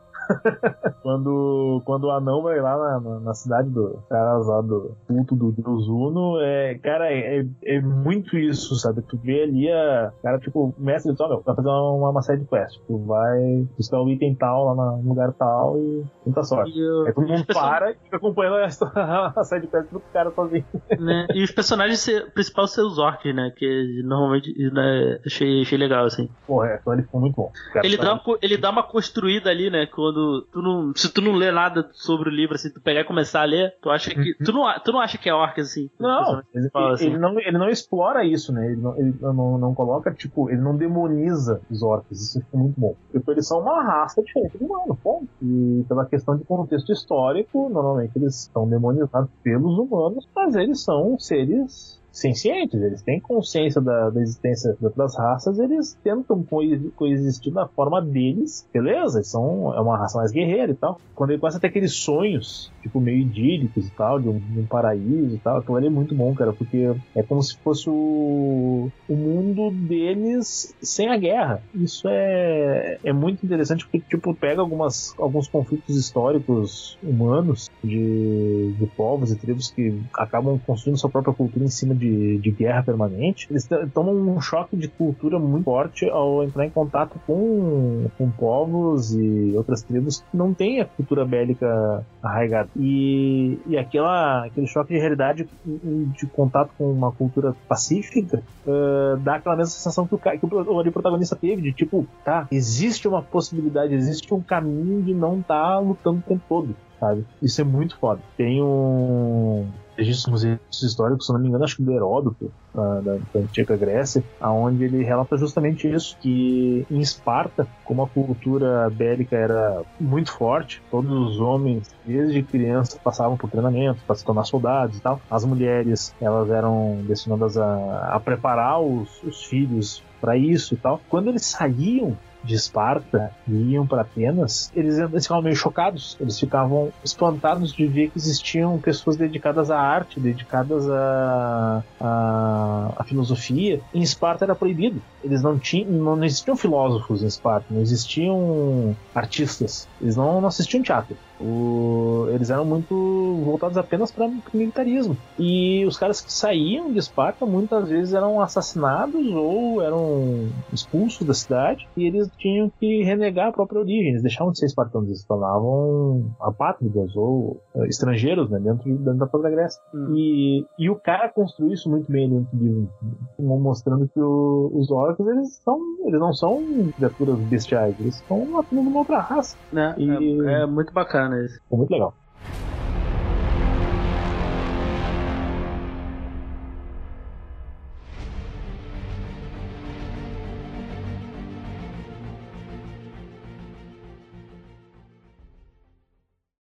quando, quando o anão vai lá na, na, na cidade do cara lá do culto do Deus Uno, é, cara, é, é muito isso, sabe? Tu vê ali a cara, tipo, o mestre diz, ó, meu, vai fazer uma, uma série de quest. Tu vai buscar o item tal lá no lugar tal e muita sorte. Eu, aí todo mundo person... para e fica acompanhando a, a série de quest do cara sozinho. Né? E os personagens principais são os orcs, né? Que normalmente né, achei, achei legal, assim. Porra, aquilo ali ficou muito bom. Ele dá, uma, ele dá uma construída ali, né? Quando Tu não, se tu não lê nada sobre o livro, assim, tu pegar e começar a ler, tu acha que. Tu não, tu não acha que é orc, assim? Não, ele, assim. ele não, ele não explora isso, né? Ele, não, ele não, não coloca, tipo, ele não demoniza os orcs, isso fica muito bom. Porque eles são uma raça diferente do humano, ponto. E pela questão de contexto histórico, normalmente eles são demonizados pelos humanos, mas eles são seres sencientes, eles têm consciência da, da existência de outras raças, eles tentam coexistir da forma deles, beleza, eles são, é uma raça mais guerreira e tal. Quando ele começa a ter aqueles sonhos, tipo, meio idílicos e tal, de um, de um paraíso e tal, aquilo ali é muito bom, cara, porque é como se fosse o, o mundo deles sem a guerra. Isso é, é muito interessante, porque, tipo, pega algumas, alguns conflitos históricos humanos de, de povos e tribos que acabam construindo sua própria cultura em cima de De, de guerra permanente, eles tomam um choque de cultura muito forte ao entrar em contato com, com povos e outras tribos que não têm a cultura bélica arraigada. E, e aquela, aquele choque de realidade de contato com uma cultura pacífica uh, dá aquela mesma sensação que o, que o, o protagonista teve, de tipo, tá, existe uma possibilidade, existe um caminho de não estar tá lutando o tempo todo, sabe? Isso é muito foda. Tem um registros históricos, se não me engano, acho que do Heródoto, da, da, da antiga Grécia, onde ele relata justamente isso, que em Esparta, como a cultura bélica era muito forte, todos os homens, desde criança, passavam por treinamento para se tornar soldados e tal. As mulheres, elas eram destinadas a, a preparar os, os filhos para isso e tal. Quando eles saíam de Esparta e iam para Atenas, eles, eles ficavam meio chocados, eles ficavam espantados de ver que existiam pessoas dedicadas à arte, dedicadas à, à, à filosofia. Em Esparta era proibido. Eles não tinham, não, não existiam filósofos em Esparta, não existiam artistas, eles não, não assistiam teatro. O, eles eram muito voltados apenas para o militarismo. E os caras que saíam de Esparta muitas vezes eram assassinados ou eram expulsos da cidade, e eles tinham que renegar a própria origem. Eles deixavam de ser espartanos, eles se tornavam apátridas ou uh, estrangeiros, né, dentro, dentro da própria Grécia. Hum. E, e o cara construiu isso muito bem dentro do livro, mostrando que o, os orcs eles, são, eles não são criaturas bestiais, eles são apenas uma outra raça. É, e... é, é muito bacana isso. Foi muito legal.